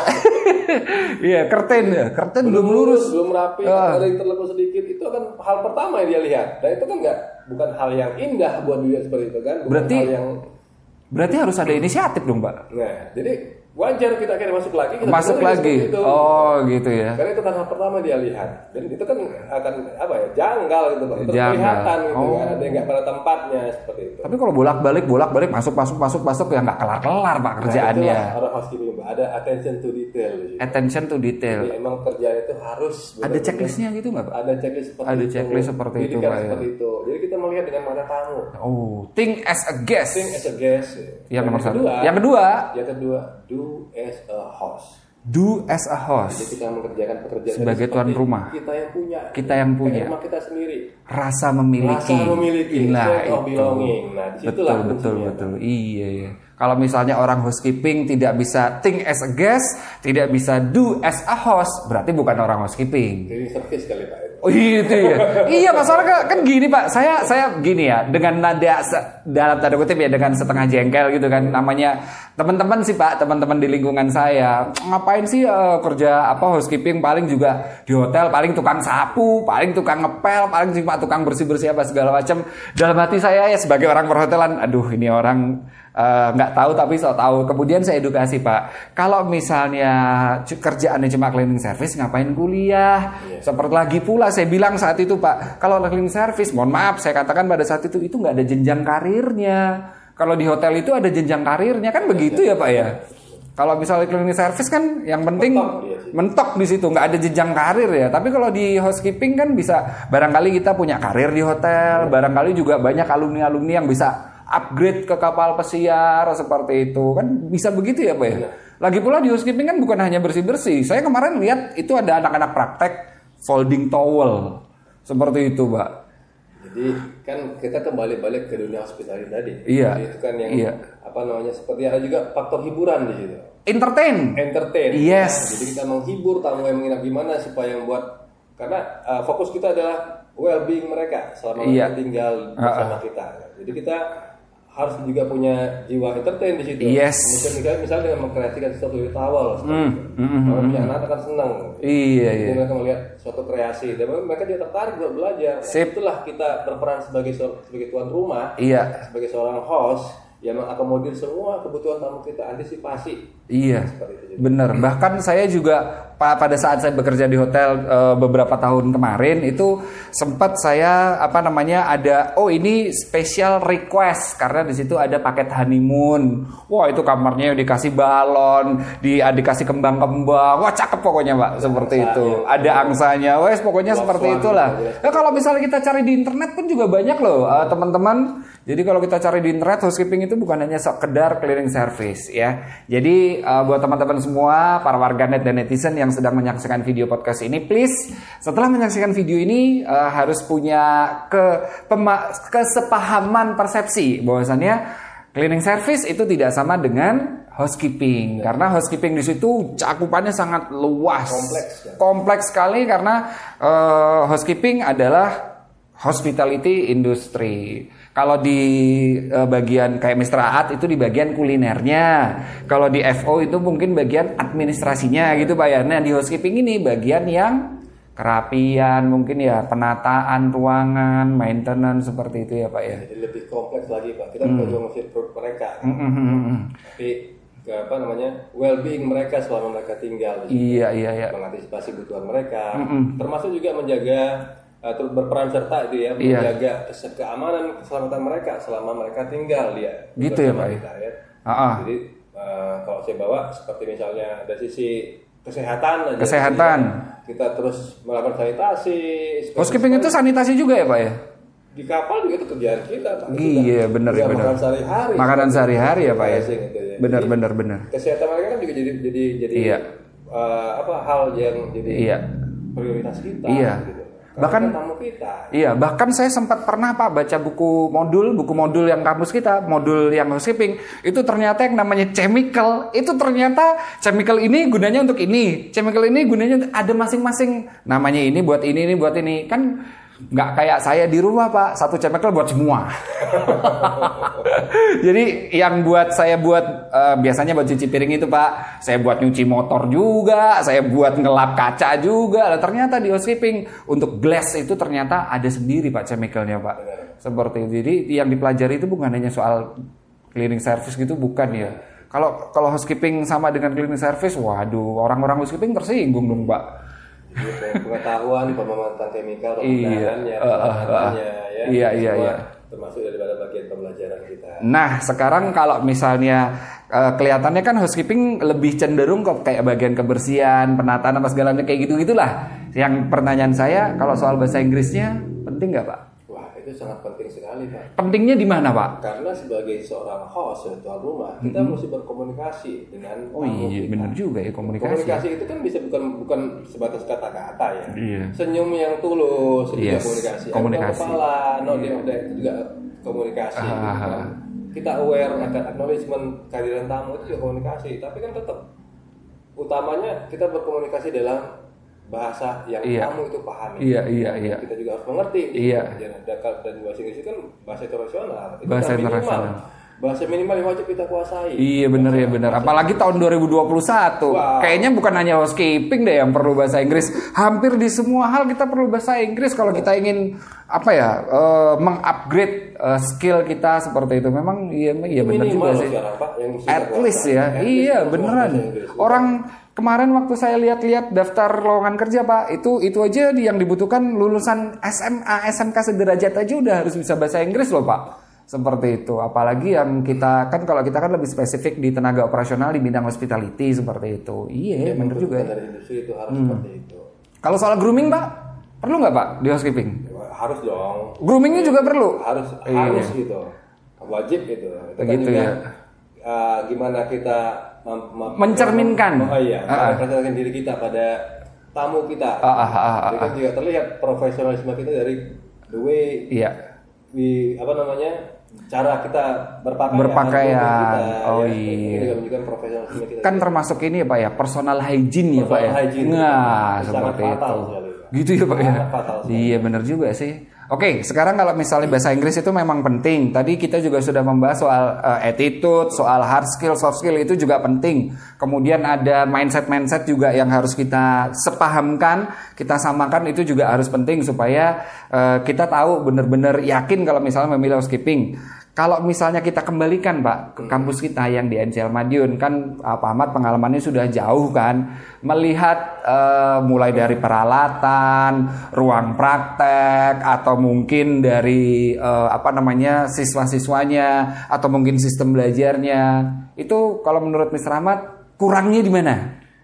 Iya, kertin ya. Kertin belum, belum lurus, belum rapi, uh. ada yang terlebih sedikit. Itu kan hal pertama yang dia lihat. Dan itu kan enggak bukan hal yang indah buat dia seperti itu kan. Bukan berarti hal yang berarti harus ada inisiatif dong, Pak. Nah, jadi wajar kita akhirnya masuk lagi kita masuk lagi itu. Oh gitu ya, karena itu kan hal pertama dia lihat dan itu kan akan apa ya janggal gitu Pak, kelihatan gitu oh. kan ada yang nggak pada tempatnya seperti itu. Tapi kalau bolak balik bolak balik masuk masuk masuk masuk ya nggak kelar kelar Pak kerjaannya. Nah, ada housekeeping Pak, ada attention to detail gitu. Attention to detail. Jadi emang kerjaan itu harus ada checklistnya gitu nggak Pak? Ada checklist seperti ada itu. checklist seperti itu Pak ya. Seperti itu. Jadi kita melihat dengan mata tamu. Oh, think as a guest. Think as a guest. Yang nomor satu. Kedua, yang kedua. Yang kedua, do as a host. Do as a host. Jadi kita mengerjakan pekerjaan sebagai tuan rumah. Kita yang punya. Kita yang punya. Rumah kita sendiri. Rasa memiliki. Rasa memiliki. Nah, itu. Belonging. Nah, betul betul betul. Iya iya. Kalau misalnya orang housekeeping tidak bisa think as a guest, tidak bisa do as a host, berarti bukan orang housekeeping. Jadi service kali Pak. Oh itu ya. Iya Pak, soalnya kan gini Pak, saya saya gini ya, dengan nada dalam tanda kutip ya dengan setengah jengkel gitu kan, namanya teman-teman sih Pak, teman-teman di lingkungan saya, ngapain sih uh, kerja apa housekeeping, paling juga di hotel paling tukang sapu, paling tukang ngepel, paling sih Pak tukang bersih-bersih apa segala macam. Dalam hati saya ya sebagai orang perhotelan, aduh ini orang nggak uh, tahu tapi so tahu. Kemudian saya edukasi Pak, kalau misalnya kerjaannya cuma cleaning service ngapain kuliah? Yeah. Seperti lagi pula saya bilang saat itu Pak, kalau cleaning service, mohon maaf saya katakan pada saat itu itu nggak ada jenjang karirnya. Kalau di hotel itu ada jenjang karirnya kan begitu ya Pak ya. Kalau misalnya cleaning service kan yang penting mentok, mentok di situ, nggak ada jenjang karir ya. Tapi kalau di housekeeping kan bisa, barangkali kita punya karir di hotel, barangkali juga banyak alumni-alumni yang bisa upgrade ke kapal pesiar seperti itu kan bisa begitu ya Pak ya. Lagi pula di housekeeping kan bukan hanya bersih-bersih. Saya kemarin lihat itu ada anak-anak praktek folding towel seperti itu Pak. Jadi kan kita kembali balik ke dunia hospitality tadi. Iya. Jadi itu kan yang iya. apa namanya seperti ada juga faktor hiburan di situ. Entertain. Entertain. Yes. Nah, jadi kita menghibur tamu yang menginap gimana supaya membuat karena uh, fokus kita adalah well-being mereka selama iya. mereka tinggal bersama uh-uh. kita. Jadi kita harus juga punya jiwa entertain di situ. Yes. Misalnya, misalnya dengan mengkreasikan sesuatu di towel, mm, mm, mm, kalau punya anak akan senang. Iya, jadi iya. mereka melihat suatu kreasi, dan mereka juga tertarik buat belajar. Nah, itulah kita berperan sebagai sebagai tuan rumah, iya. sebagai seorang host yang mengakomodir semua kebutuhan tamu kita, antisipasi. Iya, benar. Bahkan saya juga pada saat saya bekerja di hotel e, beberapa tahun kemarin itu sempat saya apa namanya ada oh ini special request karena di situ ada paket honeymoon. Wah itu kamarnya dikasih balon, di dikasih kembang-kembang. Wah cakep pokoknya Pak seperti angsanya, itu. Ada angsanya, wes pokoknya seperti itulah. Nah, kalau misalnya kita cari di internet pun juga banyak loh uh, teman-teman. Jadi kalau kita cari di internet housekeeping itu bukan hanya sekedar cleaning service ya. Jadi uh, buat teman-teman semua para warganet dan netizen yang sedang menyaksikan video podcast ini, please setelah menyaksikan video ini uh, harus punya ke pema- kesepahaman persepsi bahwasannya cleaning service itu tidak sama dengan housekeeping ya. Karena housekeeping di situ cakupannya sangat luas, kompleks, ya. kompleks sekali karena uh, housekeeping adalah hospitality industry. Kalau di uh, bagian kayak mister Aat itu di bagian kulinernya. Kalau di F O itu mungkin bagian administrasinya gitu Pak ya. Nah di housekeeping ini bagian yang kerapian, mungkin ya penataan ruangan, maintenance seperti itu ya Pak ya. Jadi lebih kompleks lagi Pak. Kita bukan cuma mengusir perut mereka. Mm, mm, mm, mm. Tapi apa namanya well-being mereka selama mereka tinggal. Iya iya iya. Mengantisipasi kebutuhan mereka. Mm, mm. Termasuk juga menjaga Uh, turut berperan serta itu ya iya. menjaga keamanan keselamatan mereka selama mereka tinggal ya gitu ya Pak ya. Uh-uh. Jadi uh, kalau saya bawa seperti misalnya dari sisi kesehatan kesehatan aja, kita terus melakukan sanitasi. Housekeeping itu sanitasi juga ya Pak ya? Di kapal juga itu kerjaan kita Pak. Iya benar ya benar. Makanan sehari-hari. Makanan sehari-hari ya Pak ya. Benar benar benar. Kesehatan mereka kan juga jadi jadi jadi iya. uh, apa hal yang jadi iya. prioritas kita. Iya. Gitu. Bahkan kita. Iya, bahkan saya sempat pernah Pak baca buku modul, buku modul yang kampus kita, modul yang housekeeping, itu ternyata yang namanya chemical, itu ternyata chemical ini gunanya untuk ini, chemical ini gunanya untuk, ada masing-masing namanya ini buat ini, ini buat ini. Kan Nggak kayak saya di rumah Pak, satu chemical buat semua. Jadi yang buat saya buat uh, biasanya buat cuci piring itu Pak, saya buat nyuci motor juga, saya buat ngelap kaca juga. Nah, ternyata di housekeeping untuk glass itu ternyata ada sendiri Pak chemicalnya Pak. Seperti itu. Jadi yang dipelajari itu bukan hanya soal cleaning service gitu, bukan ya. Kalau kalau housekeeping sama dengan cleaning service, waduh, orang-orang housekeeping tersinggung dong Pak. Gitu, pengetahuan pemanfaatan chemical, penggunaannya, iya, uh, uh, uh, ya, iya, iya, iya. termasuk daripada bagian pembelajaran kita. Nah, sekarang kalau misalnya uh, kelihatannya kan housekeeping lebih cenderung ke kayak bagian kebersihan, penataan apa segala kayak gitu gitulah. Yang pertanyaan saya, kalau soal bahasa Inggrisnya penting nggak Pak? Itu sangat penting sekali Pak. Pentingnya di mana Pak? Karena sebagai seorang host ya, tuan rumah, kita mm-hmm. mesti berkomunikasi dengan oh iya benar juga ya komunikasi. Komunikasi itu kan bisa bukan bukan sebatas kata-kata ya. Iya. Senyum yang tulus itu yes. juga komunikasi. Komunikasi. Kepala, no iya. dia itu juga komunikasi. Ah, gitu kan. Kita aware akan acknowledgement kehadiran tamu itu juga komunikasi. Tapi kan tetap utamanya kita berkomunikasi dalam bahasa yang iya. kamu itu pahami. Iya, iya, iya. Kita juga harus mengerti. Iya. Dan, dan bahasa Inggris itu kan bahasa internasional. Itu bahasa internasional. Bahasa minimal yang wajib kita kuasai. Iya benar ya benar. Apalagi tahun dua ribu dua puluh satu. Wow. Kayaknya bukan hanya housekeeping deh yang perlu bahasa Inggris. Hampir di semua hal kita perlu bahasa Inggris kalau kita ingin apa ya uh, mengupgrade uh, skill kita seperti itu. Memang iya iya benar juga sih. Sekarang, Pak, yang At least ya. At iya beneran. Orang kemarin waktu saya lihat-lihat daftar lowongan kerja Pak, itu itu aja yang dibutuhkan lulusan S M A, S M K sederajat aja udah harus bisa bahasa Inggris loh Pak. Seperti itu. Apalagi yang kita kan kalau kita kan lebih spesifik di tenaga operasional di bidang hospitality seperti itu. Iya, ya, benar juga. Dari industri itu harus hmm. seperti itu. Kalau soal grooming Pak, perlu nggak Pak di housekeeping? Ya, harus dong. Groomingnya juga perlu. Harus iya. harus gitu. Wajib gitu. Itu kan gitu juga, ya. Uh, gimana kita mem- mem- mencerminkan oh iya uh-uh. mempresentasikan diri kita pada tamu kita. Uh-uh, uh-uh. Jadi kan juga terlihat profesionalisme kita dari the way iya. di apa namanya cara kita berpakaian. Berpakaian. Kita, oh ya, iya. Ini juga menunjukkan profesionalisme kita. Kan termasuk ini ya Pak ya, personal hygiene ya Pak ya. Hygiene, nah, seperti itu. Sekali, gitu ya Pak ya. Iya benar juga sih. Oke, sekarang kalau misalnya bahasa Inggris itu memang penting. Tadi kita juga sudah membahas soal uh, attitude, soal hard skill, soft skill itu juga penting. Kemudian ada mindset-mindset juga yang harus kita sepahamkan, kita samakan itu juga harus penting supaya uh, kita tahu benar-benar yakin kalau misalnya memilih housekeeping. Kalau misalnya kita kembalikan Pak ke kampus kita yang di N C L Madiun, kan Pak Ahmad pengalamannya sudah jauh kan, melihat uh, mulai dari peralatan, ruang praktek, atau mungkin dari uh, apa namanya siswa-siswanya, atau mungkin sistem belajarnya, itu kalau menurut mister Ahmad kurangnya di mana?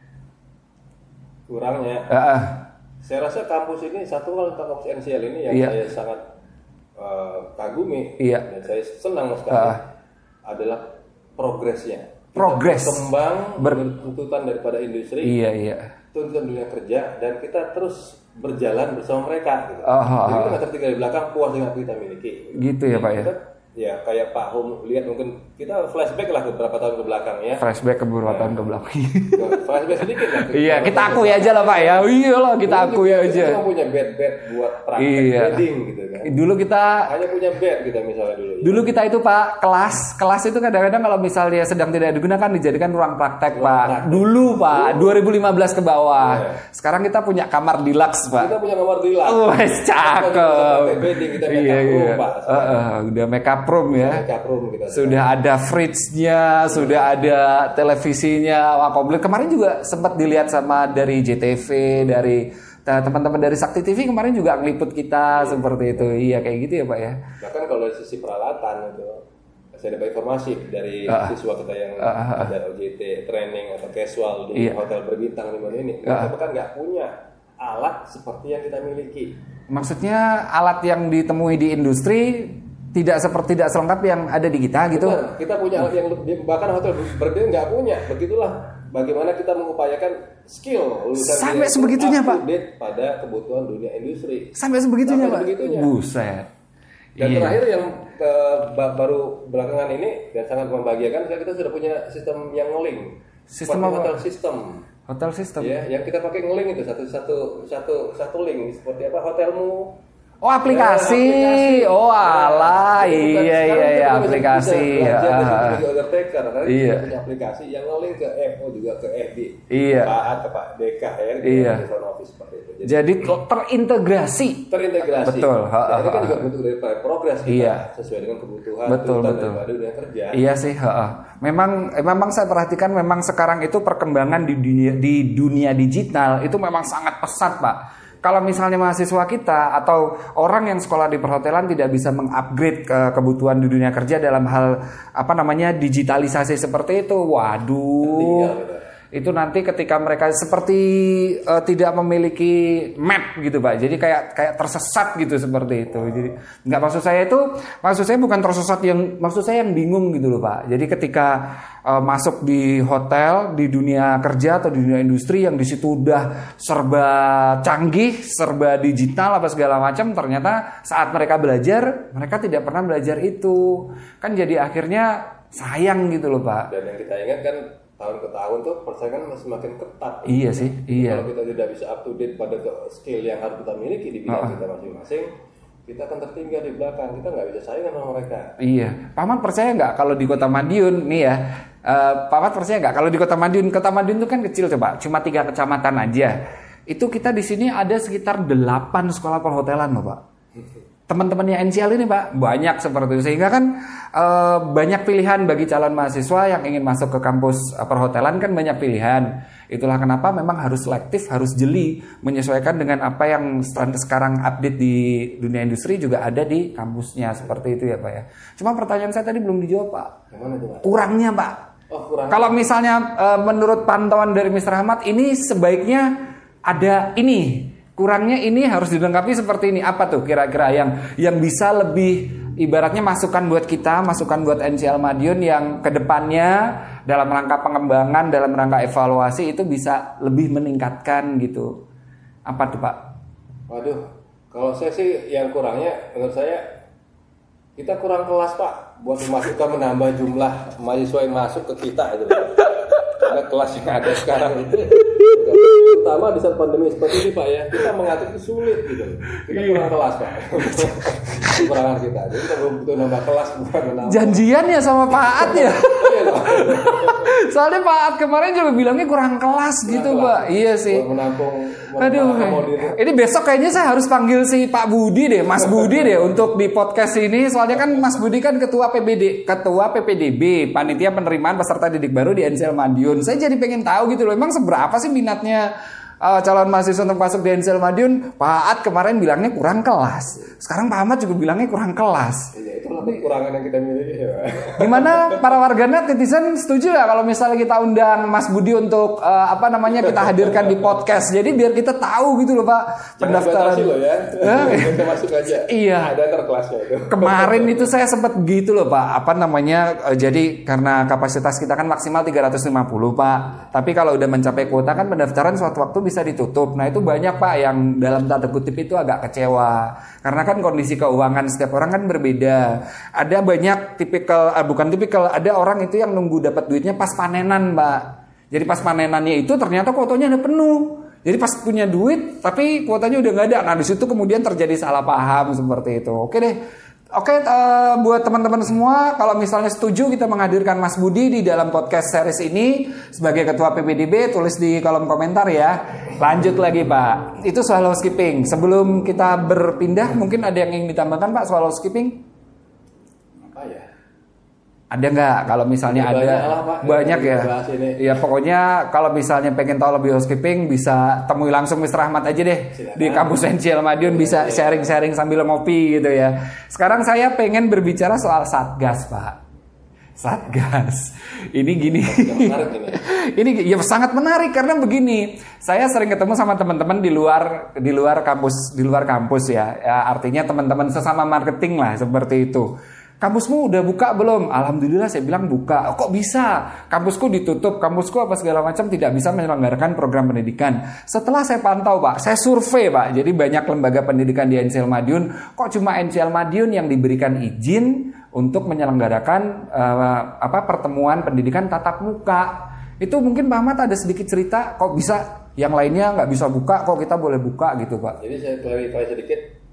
Kurangnya? Uh-uh. Saya rasa kampus ini satu hal tentang kampus N C L ini yang yeah. saya sangat Uh, kagumi iya. dan saya senang sekali uh. adalah progresnya. Progres. Berkembang Ber- tuntutan daripada industri, iya, iya. tuntutan dunia kerja, dan kita terus berjalan bersama mereka. Gitu. Uh, uh, Jadi kita nggak tertinggal di belakang, puas dengan apa kita miliki. Gitu ya Pak ya. Kita, ya kayak Pak Hum lihat mungkin kita flashback lah beberapa tahun ke belakang ya. Flashback ke beberapa nah, tahun ke belakang. Flashback sedikit lah. Iya, kita akui aja lah Pak ya. Iya lah, kita akui aja. Kita cuma punya bed-bed buat praktek iya. wedding gitu kan. Dulu kita hanya punya bed kita misalnya dulu. Ya. Dulu kita itu Pak, kelas, kelas itu kadang-kadang kalau misalnya sedang tidak digunakan dijadikan ruang praktek ruang Pak. Praktek. Dulu Pak, dulu. dua ribu lima belas ke bawah. Yeah. Sekarang kita punya kamar deluxe Pak. Kita punya kamar deluxe. Oh, cakep. Wedding kita make iya, up room iya. Pak. Uh, uh, udah make up room ya. Make up room kita. Sudah ada fridge-nya, sudah ada televisinya, wah komplit. Kemarin juga sempat dilihat sama dari J T V, dari teman-teman dari Sakti T V kemarin juga ngeliput kita iya. seperti itu. Iya kayak gitu ya Pak ya. Bahkan kalau dari sisi peralatan itu saya dapat informasi dari uh, siswa kita yang uh, uh, ada O J T training atau casual di iya. hotel berbintang di mana ini, uh, kita kan nggak punya alat seperti yang kita miliki. Maksudnya alat yang ditemui di industri tidak seperti tidak selengkap yang ada di kita gitu. Benar, kita punya alat yang bahkan hotel berbintang nggak punya. Begitulah bagaimana kita mengupayakan skill sampai sebegitunya Pak pada kebutuhan dunia industri. Sampai sebegitunya Pak. Sebegitunya. Buset. Dan iya. terakhir yang ke, baru belakangan ini dan sangat membahagiakan kita sudah punya sistem yang ngeling. Sistem apa? Hotel system. Hotel system. Ya, yang kita pakai ngeling itu satu satu satu satu link seperti apa hotelmu Oh aplikasi, ya, aplikasi. Oh alah, nah, iya iya iya aplikasi. Bisa belajar dari order taker, karena iya. kita punya aplikasi yang nge-link ke F O juga ke F B, iya. Pak A ke Pak D K ya, iya. di front office seperti itu. Jadi, Jadi terintegrasi. Terintegrasi. Betul. Ha, ha, ini kan juga bentuk dari progres kita iya. sesuai dengan kebutuhan betul, betul. daripada dunia kerja. Iya sih. Ha, ha. Memang, eh, memang saya perhatikan memang sekarang itu perkembangan di dunia di dunia digital itu memang sangat pesat, Pak. Kalau misalnya mahasiswa kita atau orang yang sekolah di perhotelan tidak bisa mengupgrade ke kebutuhan di dunia kerja dalam hal apa namanya digitalisasi seperti itu, waduh, itu nanti ketika mereka seperti uh, tidak memiliki map gitu Pak, jadi kayak kayak tersesat gitu seperti itu. Jadi nggak, maksud saya itu, maksud saya bukan tersesat yang, maksud saya yang bingung gitu loh Pak. Jadi ketika uh, masuk di hotel, di dunia kerja atau di dunia industri yang di situ udah serba canggih, serba digital apa segala macam, ternyata saat mereka belajar, mereka tidak pernah belajar itu. Kan jadi akhirnya sayang gitu loh Pak. Dan yang kita ingat kan tahun ke tahun tuh persaingan masih makin ketat. Iya sih, iya. Kalau kita tidak bisa up to date pada skill yang harus kita miliki di bidang uh-uh. kita masing-masing, kita akan tertinggal di belakang. Kita nggak bisa saingan sama mereka. Iya. Paman percaya nggak kalau di Kota Madiun nih ya? Uh, Paman percaya nggak kalau di Kota Madiun? Kota Madiun itu kan kecil coba, cuma tiga kecamatan aja. Itu kita di sini ada sekitar delapan sekolah perhotelan loh Pak. Teman-temannya N C L ini Pak banyak seperti itu, sehingga kan e, banyak pilihan bagi calon mahasiswa yang ingin masuk ke kampus e, perhotelan, kan banyak pilihan. Itulah kenapa memang harus selektif, harus jeli, menyesuaikan dengan apa yang sekarang update di dunia industri juga ada di kampusnya, seperti itu ya Pak ya. Cuma pertanyaan saya tadi belum dijawab Pak. Kurangnya Pak. Oh, kurang. Kalau misalnya e, menurut pantauan dari mister Ahmad ini sebaiknya ada ini. Kurangnya ini harus dilengkapi seperti ini. Apa tuh kira-kira yang yang bisa lebih, ibaratnya masukan buat kita, masukan buat N C L Madiun yang kedepannya dalam rangka pengembangan, dalam rangka evaluasi itu bisa lebih meningkatkan gitu. Apa tuh Pak? Waduh, kalau saya sih yang kurangnya menurut saya kita kurang kelas Pak buat memasukkan menambah jumlah mahasiswa yang masuk ke kita itu. Karena kelas yang ada sekarang itu, terutama di saat pandemi seperti ini Pak ya, kita mengatur itu sulit gitu. Kita kurang kelas Pak. Kekurangan kita. Jadi kita belum butuh nambah kelas, bukan menambah. Janjian ya sama Pak At ya. Soalnya Pak At kemarin juga bilangnya kurang kelas kurang gitu kelas. Pak. Iya sih. Menampung. Aduh. Ini besok kayaknya saya harus panggil si Pak Budi deh, Mas Budi deh untuk di podcast ini. Soalnya kan Mas Budi kan ketua P B D, ketua P P D B, panitia penerimaan peserta didik baru di N C L Madiun. Saya jadi pengen tahu gitu loh, emang seberapa sih minatnya uh, calon mahasiswa untuk masuk di N C L Madiun. Pak At kemarin bilangnya kurang kelas. Sekarang Pak Ahmad juga bilangnya kurang kelas. Iya, itulah kekurangan yang kita miliki ya. Gimana para warganet netizen, setuju ya kalau misalnya kita undang Mas Budi untuk uh, apa namanya kita hadirkan di podcast. Jadi biar kita tahu gitu loh Pak pendaftaran. Jangan loh ya. Kita masuk aja. Iya. Ada terkelasnya itu. Kemarin itu saya sempat gitu loh Pak. Apa namanya? Uh, jadi karena kapasitas kita kan maksimal tiga ratus lima puluh Pak. Tapi kalau udah mencapai kuota kan pendaftaran suatu waktu bisa ditutup. Nah itu banyak Pak yang dalam tanda kutip itu agak kecewa. Karena kan kondisi keuangan setiap orang kan berbeda. Ada banyak tipikal, ah, bukan tipikal, ada orang itu yang nunggu dapat duitnya pas panenan Mbak. Jadi pas panenannya itu ternyata kuotanya udah penuh. Jadi pas punya duit tapi kuotanya udah nggak ada. Nah di situ kemudian terjadi salah paham seperti itu. Oke deh. Oke uh, buat teman-teman semua, kalau misalnya setuju kita menghadirkan Mas Budi di dalam podcast series ini sebagai ketua P P D B, tulis di kolom komentar ya. Lanjut lagi Pak. Itu soal housekeeping. Sebelum kita berpindah, mungkin ada yang ingin ditambahkan Pak soal housekeeping? Apa ya? Ada nggak? Kalau misalnya banyak ada lah, Pak, banyak ya. Ya pokoknya kalau misalnya pengen tahu lebih housekeeping bisa temui langsung mister Ahmad aja deh. Silakan. Di kampus N C L Madiun bisa sharing-sharing sambil ngopi gitu ya. Sekarang saya pengen berbicara soal Satgas Pak. Satgas. Ini gini. Ini ya sangat menarik karena begini. Saya sering ketemu sama teman-teman di luar di luar kampus di luar kampus ya. Ya artinya teman-teman sesama marketing lah seperti itu. Kampusmu udah buka belum? Alhamdulillah saya bilang buka. Kok bisa? Kampusku ditutup, kampusku apa segala macam tidak bisa menyelenggarakan program pendidikan. Setelah saya pantau Pak, saya survei Pak. Jadi banyak lembaga pendidikan di N C L Madiun. Kok cuma N C L Madiun yang diberikan izin untuk menyelenggarakan uh, apa pertemuan pendidikan tatap muka? Itu mungkin Pak Ahmad ada sedikit cerita. Kok bisa yang lainnya nggak bisa buka? Kok kita boleh buka gitu Pak? Jadi saya klarifikasi sedikit.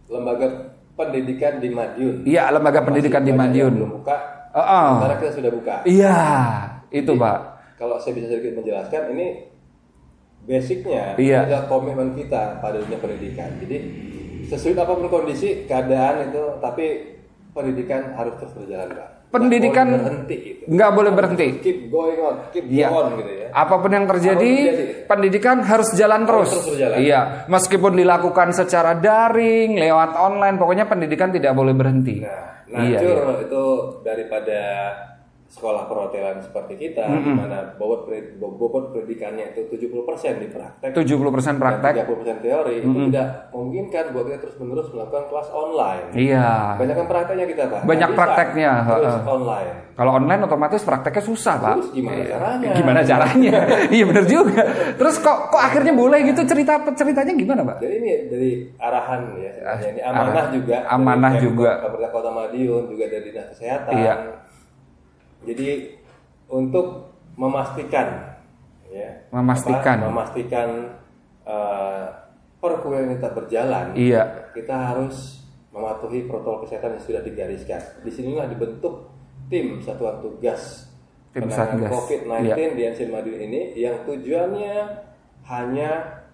lembaga pendidikan di Madiun. Iya, lembaga masih pendidikan di Madiun. Belum buka. Uh -uh. Sementara kita sudah buka. Iya, itu Jadi, Pak. Kalau saya bisa sedikit menjelaskan, ini basicnya iya. adalah komitmen kita pada dunia pendidikan. Jadi sesuai apapun kondisi, keadaan itu, tapi pendidikan harus terus berjalan, Pak. Pendidikan nggak boleh berhenti, gitu. nggak boleh berhenti. Keep going on, keep iya. on, gitu ya. Apapun yang terjadi, terjadi, pendidikan harus jalan terus. Harus terus berjalan. Iya, meskipun dilakukan secara daring, lewat online, pokoknya pendidikan tidak boleh berhenti. Nah, nah iya, cur, iya. itu daripada sekolah perhotelan seperti kita, mm-hmm. di mana bobot bobot pendidikannya itu tujuh puluh persen di praktek, tujuh puluh persen praktek, tiga puluh persen teori, mm-hmm. itu tidak memungkinkan buat kita terus menerus melakukan kelas online. Iya. Banyak kan prakteknya kita, Pak. Banyak nah, prakteknya. Terus uh, online. Kalau online otomatis prakteknya susah, Pak. Terus gimana iya. caranya? Gimana caranya? Iya benar juga. Terus kok kok akhirnya boleh gitu, cerita ceritanya gimana, Pak? Jadi ini dari arahan ya, ini amanah Arah. juga. Amanah dari juga. Pemerintah Kota Madiun, juga dari Dinas Kesehatan. Iya. Jadi untuk memastikan, ya, memastikan, apa, memastikan uh, perkuliahan kita berjalan, iya. kita harus mematuhi protokol kesehatan yang sudah digariskan. Di sinilah dibentuk tim satuan tugas tim penanganan covid sembilan belas iya. di N C L Madiun ini, yang tujuannya hanya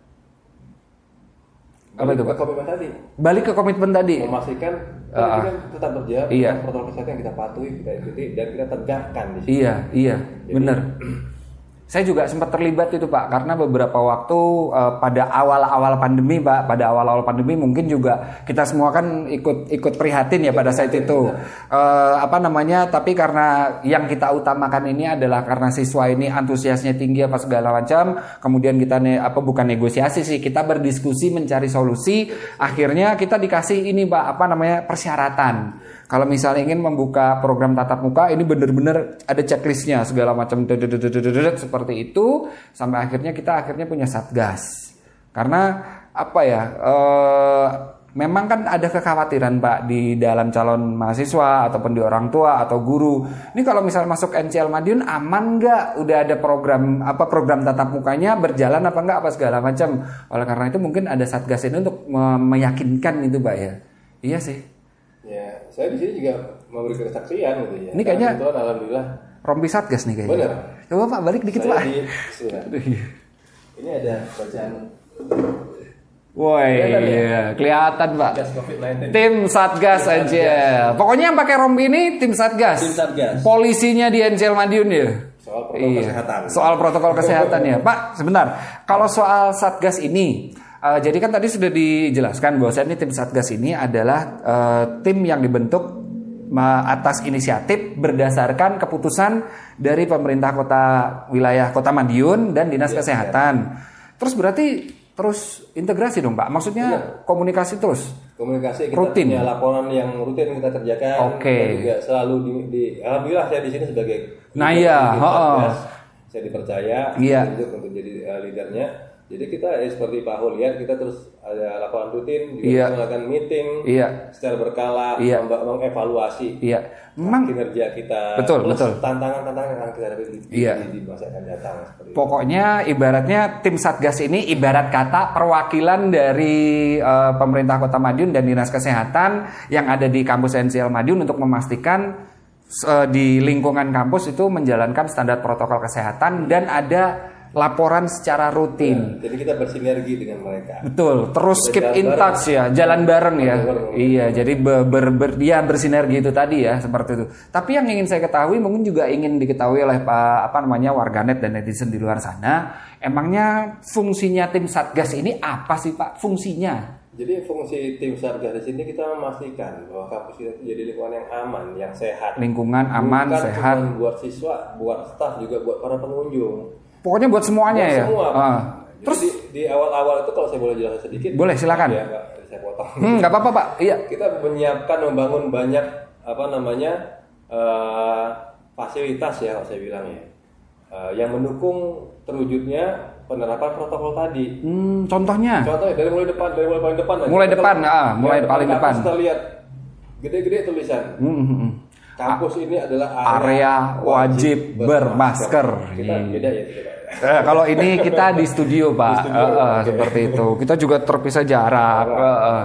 apa itu, Pak? Komitmen tadi. Balik ke komitmen tadi. Memastikan uh, kita tetap berjalan, iya. protokol kesehatan yang kita patuhi, kita ikuti, dan kita tegakkan di sini. Iya, iya, benar. Saya juga sempat terlibat itu, Pak, karena beberapa waktu uh, pada awal-awal pandemi, Pak, pada awal-awal pandemi mungkin juga kita semua kan ikut ikut prihatin ya pada saat itu. Uh, apa namanya? Tapi karena yang kita utamakan ini adalah karena siswa ini antusiasnya tinggi apa segala macam, kemudian kita ne, apa bukan negosiasi sih, kita berdiskusi mencari solusi. Akhirnya kita dikasih ini, Pak, apa namanya? persyaratan. Kalau misalnya ingin membuka program tatap muka, ini benar-benar ada checklistnya segala macam seperti itu, sampai akhirnya kita akhirnya punya satgas. Karena apa ya? E, memang kan ada kekhawatiran, Pak, di dalam calon mahasiswa ataupun di orang tua atau guru. Ini kalau misalnya masuk N C L Madiun aman nggak? Udah ada program apa program tatap mukanya berjalan apa nggak apa segala macam. Oleh karena itu mungkin ada satgas ini untuk meyakinkan itu, Pak ya. Iya sih. Ya, saya di sini juga memberi kesaksian gitu ya. Ini kayaknya Tuhan, alhamdulillah. Rompi Satgas nih kayaknya. Benar. Coba Pak balik dikit, saya Pak. Di, ini ada bacaan. Woi, iya, kelihatan, Pak. Satgas covid sembilan belas. Tim Satgas tim aja. Satgas. Pokoknya yang pakai rompi ini tim Satgas. Tim Satgas. Polisinya di N C L Madiun ya. Soal protokol iya. kesehatan. Soal protokol kesehatan ya, Pak. Sebentar. Kalau soal Satgas ini Uh, jadi kan tadi sudah dijelaskan bahwa ini tim Satgas ini adalah uh, tim yang dibentuk uh, atas inisiatif berdasarkan keputusan dari pemerintah kota wilayah Kota Madiun dan Dinas ya, Kesehatan. Ya. Terus berarti terus integrasi dong, Pak? Maksudnya ya. komunikasi terus? Komunikasi kita rutin. punya laporan yang rutin kita kerjakan. Oke. Okay. Juga selalu di, di alhamdulillah saya di sini sebagai nah iya, Satgas, saya dipercaya iya. untuk untuk jadi uh, leadernya. Jadi kita ya seperti Pak Hul lihat, kita terus ada laporan rutin, juga iya. melakukan meeting iya. secara berkala, iya. mengevaluasi iya. Memang kinerja kita, betul, plus betul. tantangan-tantangan yang akan kita hadapi di, iya. di, di masa akan datang. Pokoknya itu. Ibaratnya tim Satgas ini ibarat kata perwakilan dari uh, pemerintah Kota Madiun dan Dinas Kesehatan yang ada di kampus N C L Madiun untuk memastikan uh, di lingkungan kampus itu menjalankan standar protokol kesehatan dan ada laporan secara rutin. Ya, jadi kita bersinergi dengan mereka. Betul, terus kita keep in touch ya, jalan bareng ya. Bareng, iya, bareng. Jadi ber, ber, ber, ya bersinergi itu tadi ya, seperti itu. Tapi yang ingin saya ketahui, mungkin juga ingin diketahui oleh Pak apa namanya warganet dan netizen di luar sana, emangnya fungsinya tim Satgas ini apa sih, Pak? Fungsinya? Jadi fungsi tim Satgas di sini kita memastikan bahwa kampus kita jadi lingkungan yang aman, yang sehat. Lingkungan aman, bukan sehat. Bukan buat siswa, buat staf, juga buat para pengunjung. Pokoknya buat semuanya buat ya. Semua. Ah. Terus di, di awal-awal itu kalau saya boleh jelaskan sedikit. Boleh, silakan. Ya, Pak, saya potong. Hmm, nggak apa-apa, Pak. Iya. Kita menyiapkan, membangun banyak apa namanya uh, fasilitas ya, kalau saya bilang ya, uh, yang mendukung terwujudnya penerapan protokol tadi. Hmm, contohnya? Contohnya dari mulai depan, dari mulai paling depan. Mulai aja. depan, kita, ah, mulai ya, paling depan. Kita lihat gede-gede tulisan. Hmm, hmm, hmm. Kampus ini adalah area, area wajib bermasker. Kita beda ya, kita. Eh, kalau ini kita di studio, Pak. Di studio, uh, uh, okay. Seperti itu. Kita juga terpisah jarak. Uh, uh.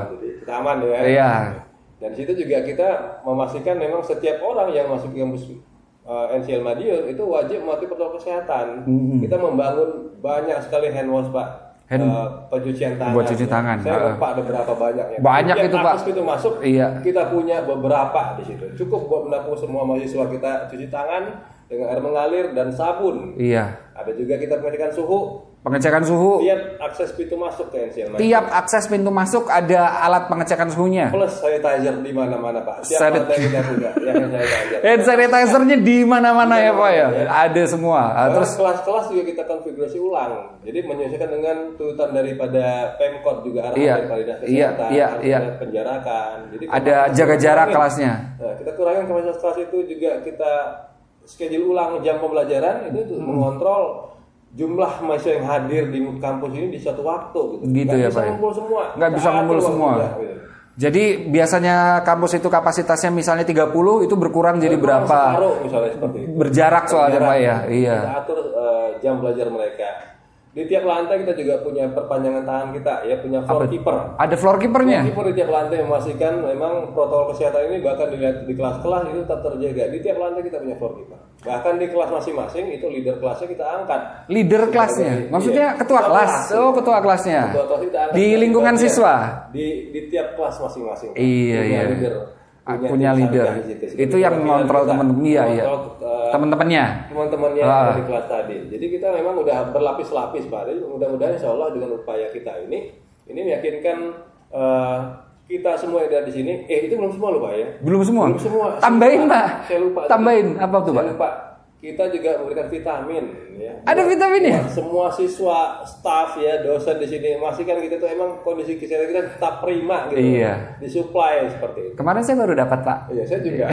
kita aman ya. Iya. Dan di situ juga kita memastikan memang setiap orang yang masuk ke kampus uh, N C L Madiun itu wajib mematuhi protokol kesehatan. Mm-hmm. Kita membangun banyak sekali hand wash Pak, hand, uh, pencucian tangan. Buat cuci tangan. Saya lupa ada berapa banyaknya. Banyak itu Pak. Itu masuk, iya. Kita punya beberapa di situ. Cukup buat menampung semua mahasiswa kita cuci tangan dengan air mengalir dan sabun. Iya. Ada juga kita pengecekan suhu. Pengecekan suhu. Tiap akses pintu masuk ke N C L Madiun. Tiap akses pintu masuk ada alat pengecekan suhunya. Plus sanitizer di mana-mana Pak. Tiap Sanit- lantai kita punya ya, sanitizer. Hand sanitizer-nya di mana-mana ya Pak ya. ya. Ada semua. Nah, terus kelas-kelas juga kita konfigurasi ulang. Jadi menyesuaikan dengan tuntutan daripada Pemkot juga arahan iya, dari Dinas iya, Kesehatan, iya, iya. penjarakan. Jadi ada jaga jarak kelasnya. Nah, kita kurangin kapasitas kelas itu juga kita schedule ulang jam pembelajaran itu untuk hmm. mengontrol jumlah mahasiswa yang hadir di kampus ini di satu waktu gitu. Gitu Nggak ya bisa Pak. ngumpul semua. Nggak bisa ngumpul semua. Juga, gitu. Jadi biasanya kampus itu kapasitasnya misalnya tiga puluh itu berkurang jadi berapa? Separuh misalnya seperti itu. Berjarak soalnya Pak ya. Iya. Kita atur uh, jam belajar mereka. Di tiap lantai kita juga punya perpanjangan tangan kita ya, punya floor Apa? keeper. Ada floor keepernya? Floor keeper di tiap lantai memastikan memang protokol kesehatan ini bahkan dilihat di kelas-kelas itu tetap terjaga. Di tiap lantai kita punya floor keeper. Bahkan di kelas masing-masing itu leader kelasnya kita angkat. Leader Sebagai, kelasnya? Maksudnya iya, ketua kelas? kelas? Oh ketua kelasnya? Ketua kelas kita angkat. Di lingkungan siswa? Di, di tiap kelas masing-masing. Iya, iya. Leader. Punya, punya leader. Itu yang ngontrol teman-teman iya ya. Uh, teman-temannya. Teman-temannya ah. di kelas tadi. Jadi kita memang udah berlapis-lapis Pak. Jadi mudah-mudahan insya Allah dengan upaya kita ini ini meyakinkan uh, kita semua yang ada di sini. Eh itu belum semua loh Pak ya. Belum semua. Belum semua. Tambahin Pak. Saya lupa. Tambahin apa tuh Pak? Saya lupa. Kita juga memberikan vitamin ya. Ada vitamin ya? Semua siswa, staf ya, dosen di sini masih kan kita tuh emang kondisi kesehatan kita tetap prima gitu. Iya. Disuplai seperti itu. Kemarin saya baru dapat Pak. Iya, saya juga.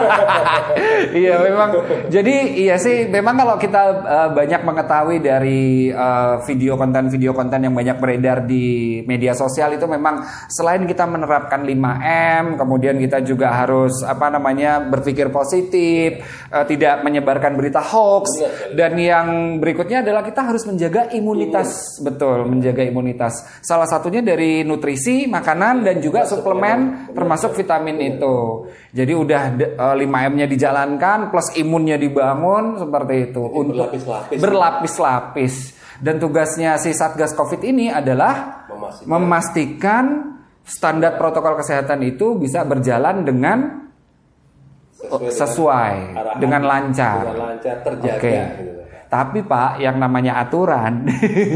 Iya, memang. Jadi iya sih, memang kalau kita uh, banyak mengetahui dari uh, video konten video konten yang banyak beredar di media sosial itu memang selain kita menerapkan lima M, kemudian kita juga harus apa namanya berpikir positif, uh, tidak menyebarkan berita hoax. Benar, dan yang berikutnya adalah kita harus menjaga imunitas. Imunitas. Betul, menjaga imunitas. Salah satunya dari nutrisi, makanan dan juga suplemen termasuk vitamin itu. Jadi udah uh, lima M-nya dijalankan plus imunnya dibangun seperti itu. Jadi untuk berlapis-lapis. Berlapis-lapis. Dan tugasnya si Satgas Covid ini adalah memastikan, memastikan standar protokol kesehatan itu bisa berjalan dengan sesuai, sesuai dengan, dengan lancar, dengan lancar terjaga. Okay. Gitu. Tapi Pak, yang namanya aturan,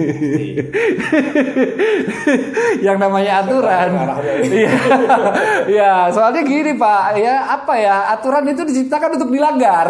yang namanya aturan, ya, ya, soalnya gini Pak, ya apa ya, aturan itu diciptakan untuk dilanggar,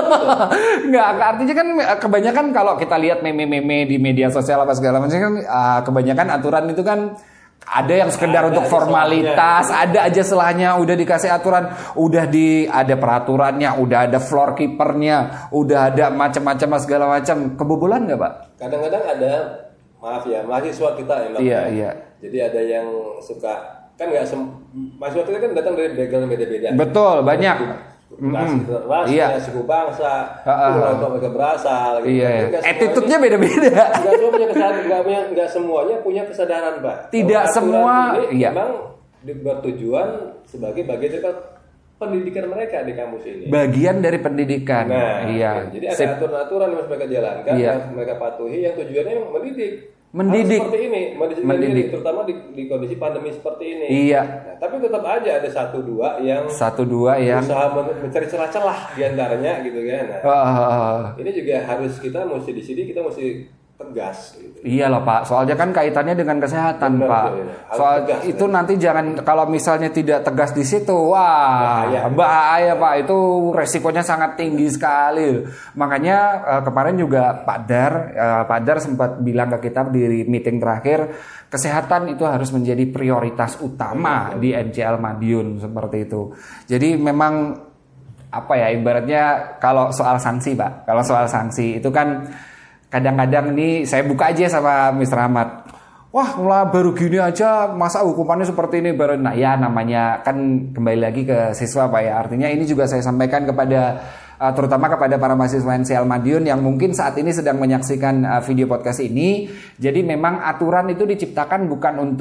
nggak, artinya kan kebanyakan kalau kita lihat meme-meme di media sosial apa segala macam kan, uh, kebanyakan aturan itu kan ada yang sekedar ada untuk formalitas, selahnya. Ada aja selahnya, udah dikasih aturan, udah di ada peraturannya, udah ada floor keepernya, udah ada macam-macam segala macam. Kebobolan nggak Pak? Kadang-kadang ada, maaf ya, mahasiswa kita emang. Iya, kan? iya. Jadi ada yang suka, kan nggak sem, mahasiswa kita kan datang dari background beda-beda. Betul, banyak. Ras, mm-hmm. ras iya. ya, suku bangsa, pulau uh, mereka berasal. Gitu. Iya. Attitude-nya beda-beda. Nggak semua punya kesadaran, nggak punya, nggak semuanya punya kesadaran, Pak. Tidak semua. Ini iya. memang bertujuan sebagai bagian dari pendidikan mereka di kampus ini. Bagian dari pendidikan. Nah, iya. Jadi ada aturan-aturan yang harus mereka jalankan, iya. yang mereka patuhi, yang tujuannya mendidik. Mendidik. Harus seperti ini, mendidik, mendidik. terutama di, di kondisi pandemi seperti ini. Iya. Nah, tapi tetap aja ada satu dua yang satu dua yang usaha mencari celah-celah diantaranya gitu kan. Nah, uh, ini juga harus kita mesti di sini kita mesti tegas gitu. Iya loh Pak, soalnya kan kaitannya dengan kesehatan. Benar, Pak. Ya. Soal tegas, itu ya. Nanti jangan kalau misalnya tidak tegas di situ, wah bahaya, bahaya Pak, itu resikonya sangat tinggi sekali. Makanya uh, kemarin juga Pak Dar, uh, Pak Dar sempat bilang ke kita di meeting terakhir, kesehatan itu harus menjadi prioritas utama benar, di N C L Madiun seperti itu. Jadi memang apa ya ibaratnya kalau soal sanksi Pak, kalau soal sanksi itu kan kadang-kadang nih saya buka aja sama mister Ahmad. Wah, mulai baru gini aja masa hukumannya seperti ini baru. Nah, ya namanya kan kembali lagi ke siswa Pak ya. Artinya ini juga saya sampaikan kepada uh, terutama kepada para mahasiswa N C L Madiun yang mungkin saat ini sedang menyaksikan uh, video podcast ini. Jadi memang aturan itu diciptakan bukan untuk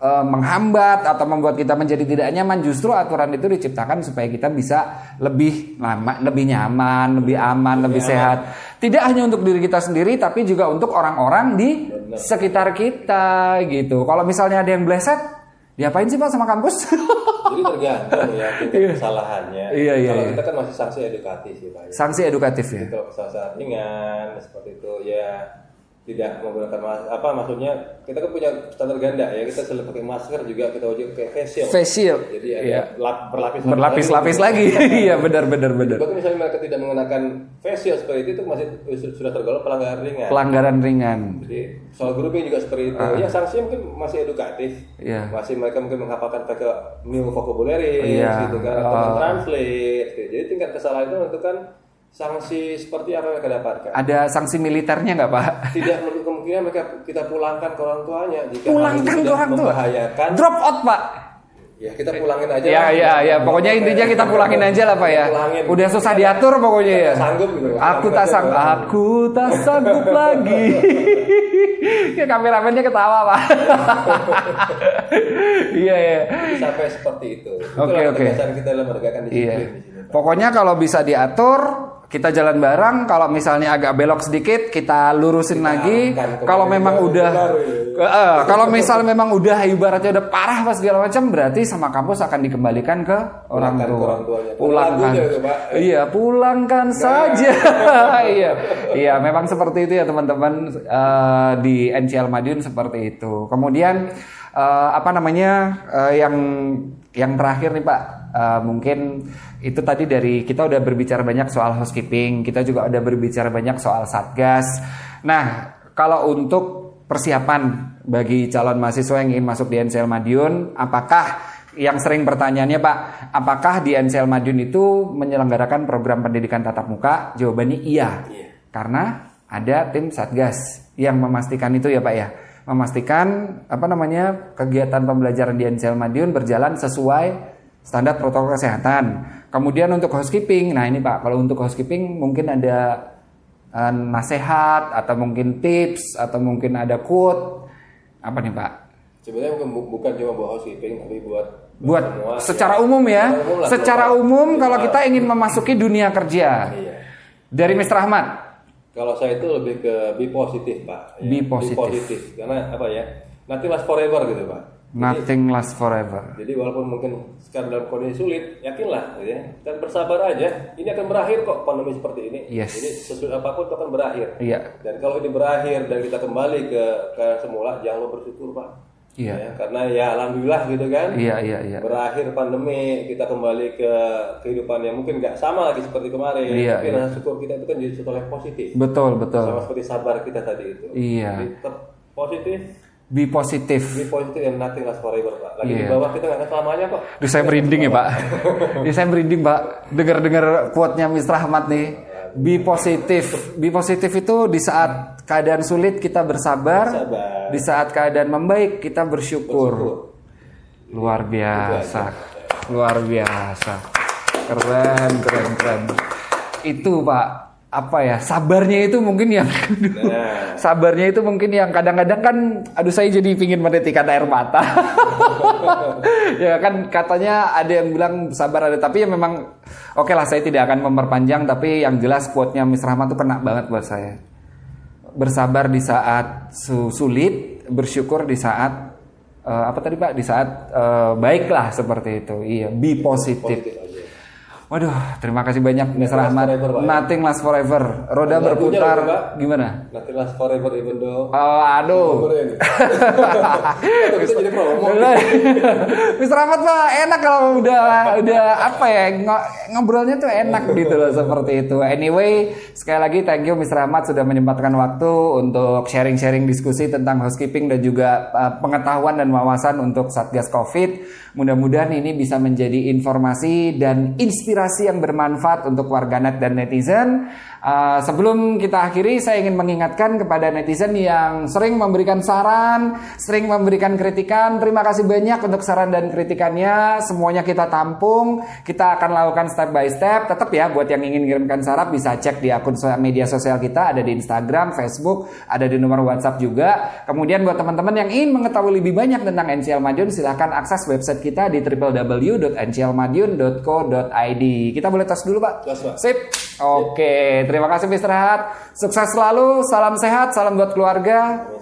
uh, menghambat atau membuat kita menjadi tidak nyaman. Justru aturan itu diciptakan supaya kita bisa lebih lama, lebih nyaman, lebih aman, lebih, lebih sehat. Aman. Tidak hanya untuk diri kita sendiri, tapi juga untuk orang-orang di Benar. sekitar kita gitu. Kalau misalnya ada yang bleset, diapain sih Pak sama kampus? Jadi tergantung ya tingkat kesalahannya. Iya, iya, kalau iya. kita kan masih sanksi edukatif ya Pak. Sanksi edukatif ya. Jadi kalau kesalahan ringan seperti itu ya tidak menggunakan mas apa maksudnya kita kan punya standar ganda ya, kita selalu pakai masker juga, kita wajib pakai face shield. Face shield. Jadi ada iya. lap, berlapis berlapis-lapis lagi. Iya benar benar benar. Bahkan misalnya mereka tidak mengenakan face shield seperti itu, itu masih sudah tergolong pelanggaran ringan. Pelanggaran ringan. Jadi soal grouping juga seperti itu. Uh. Ya sanksinya mungkin masih edukatif. Yeah. Masih mereka mungkin menghafalkan new vocabulary yeah. gitu kan, atau uh. translate. Gitu. Jadi tingkat kesalahan itu menentukan sanksi seperti apa yang mereka dapatkan. Ada sanksi militernya nggak Pak? Tidak menutup kemungkinan mereka kita pulangkan ke orang tuanya jika pulangkan ke orang tua. Membahayakan. Drop out Pak. Ya kita pulangin aja. Ya ya ya. Pokoknya intinya kita pulangin aja lah Pak ya. Pulangin. Udah susah diatur pokoknya ya. Sanggup gitu. Aku tak sanggup. Aku tak sanggup lagi. Ya kameramennya ketawa Pak. Iya ya. Sampai seperti itu. Oke oke. Kita dalam menegakkan disiplin iya. di sini. Pokoknya kalau bisa diatur, kita jalan bareng. Kalau misalnya agak belok sedikit, kita lurusin kita lagi. Kalau memang udah, ya. uh, kalau misal memang udah ibaratnya udah parah pas segala macam, berarti sama kampus akan dikembalikan ke orang pulangkan tua. Orang pulangkan, itu, iya, pulangkan nah. saja. Iya, iya, memang seperti itu ya teman-teman uh, di N C L Madiun seperti itu. Kemudian uh, apa namanya uh, yang yang terakhir nih Pak. Uh, mungkin itu tadi dari kita udah berbicara banyak soal housekeeping, kita juga udah berbicara banyak soal satgas. Nah, kalau untuk persiapan bagi calon mahasiswa yang ingin masuk di N C L Madiun, apakah yang sering pertanyaannya Pak, apakah di N C L Madiun itu menyelenggarakan program pendidikan tatap muka? Jawabannya iya, iya. Karena ada tim satgas yang memastikan itu ya Pak ya, memastikan apa namanya kegiatan pembelajaran di N C L Madiun berjalan sesuai standar protokol kesehatan. Kemudian untuk housekeeping, nah ini Pak, kalau untuk housekeeping mungkin ada uh, nasihat atau mungkin tips atau mungkin ada quote apa nih Pak? Sebenarnya bukan, bukan cuma buat housekeeping, tapi buat buat semua, secara ya. umum ya. Secara umum, lah, secara umum kalau kita ingin memasuki dunia kerja. Iya. Dari mister Ahmad. Kalau saya itu lebih ke be positif Pak. Ya. Be positif. Be positif. Karena apa ya? Nanti last forever gitu Pak. Nothing lasts forever. Jadi walaupun mungkin sekarang dalam kondisi sulit, yakinlah, gitu ya, dan bersabar aja. Ini akan berakhir kok pandemi seperti ini. Yes. Jadi sesuatu apapun itu akan berakhir. Iya. Dan kalau ini berakhir dan kita kembali ke ke semula, jangan lupa bersyukur Pak. Iya. Ya, karena ya alhamdulillah gitu kan. Iya iya iya. Berakhir pandemi, kita kembali ke kehidupan yang mungkin nggak sama lagi seperti kemarin. Iya, Tapi iya. rasa syukur kita itu kan jadi sesuatu yang positif. Betul betul. Sama seperti sabar kita tadi itu. Iya. Jadi tetap positif. Be positif. Be positif and nothing lasts forever Pak. Lagi Yeah. di bawah kita nggak akan selamanya kok. Duh, saya merinding ya Pak. Duh, saya merinding Pak. Dengar-dengar quote-nya mister Ahmad nih. Be positif. Be positif itu di saat keadaan sulit kita bersabar. Bersabar. Di saat keadaan membaik kita bersyukur. bersyukur. Luar biasa. Luar biasa. Keren, keren, keren. Itu Pak. Apa ya, sabarnya itu mungkin yang nah. sabarnya itu mungkin yang kadang-kadang kan aduh saya jadi pingin menitikan air mata. Ya kan katanya ada yang bilang sabar ada, tapi ya memang oke okay lah, saya tidak akan memperpanjang, tapi yang jelas quote-nya mister Rahmat itu kena banget buat saya. Bersabar di saat sulit, bersyukur di saat uh, apa tadi Pak, di saat uh, baiklah seperti itu. Iya, be positive. Positif. Waduh, terima kasih banyak mister Ahmad. Nothing lasts forever. Roda lagunya berputar. Lagu, gimana? Nothing lasts forever even though. Oh, aduh. mister Ahmad Pak, enak kalau udah udah apa ya ngobrolnya tuh enak gitu loh seperti itu. Anyway, sekali lagi thank you mister Ahmad sudah menyempatkan waktu untuk sharing-sharing diskusi tentang housekeeping dan juga uh, pengetahuan dan wawasan untuk Satgas Covid. Mudah-mudahan ini bisa menjadi informasi dan inspirasi inspirasi yang bermanfaat untuk warganet dan netizen. Uh, sebelum kita akhiri, saya ingin mengingatkan kepada netizen yang sering memberikan saran, sering memberikan kritikan. Terima kasih banyak untuk saran dan kritikannya. Semuanya kita tampung. Kita akan lakukan step by step. Tetap ya, buat yang ingin kirimkan saran bisa cek di akun media sosial kita. Ada di Instagram, Facebook, ada di nomor WhatsApp juga. Kemudian buat teman-teman yang ingin mengetahui lebih banyak tentang N C L Madiun, silahkan akses website kita di w w w dot n c l madiun dot co dot i d. Kita boleh tos dulu, Pak? Tos, Pak. Sip. Oke, terima kasih mister Hat. Sukses selalu, salam sehat, salam buat keluarga.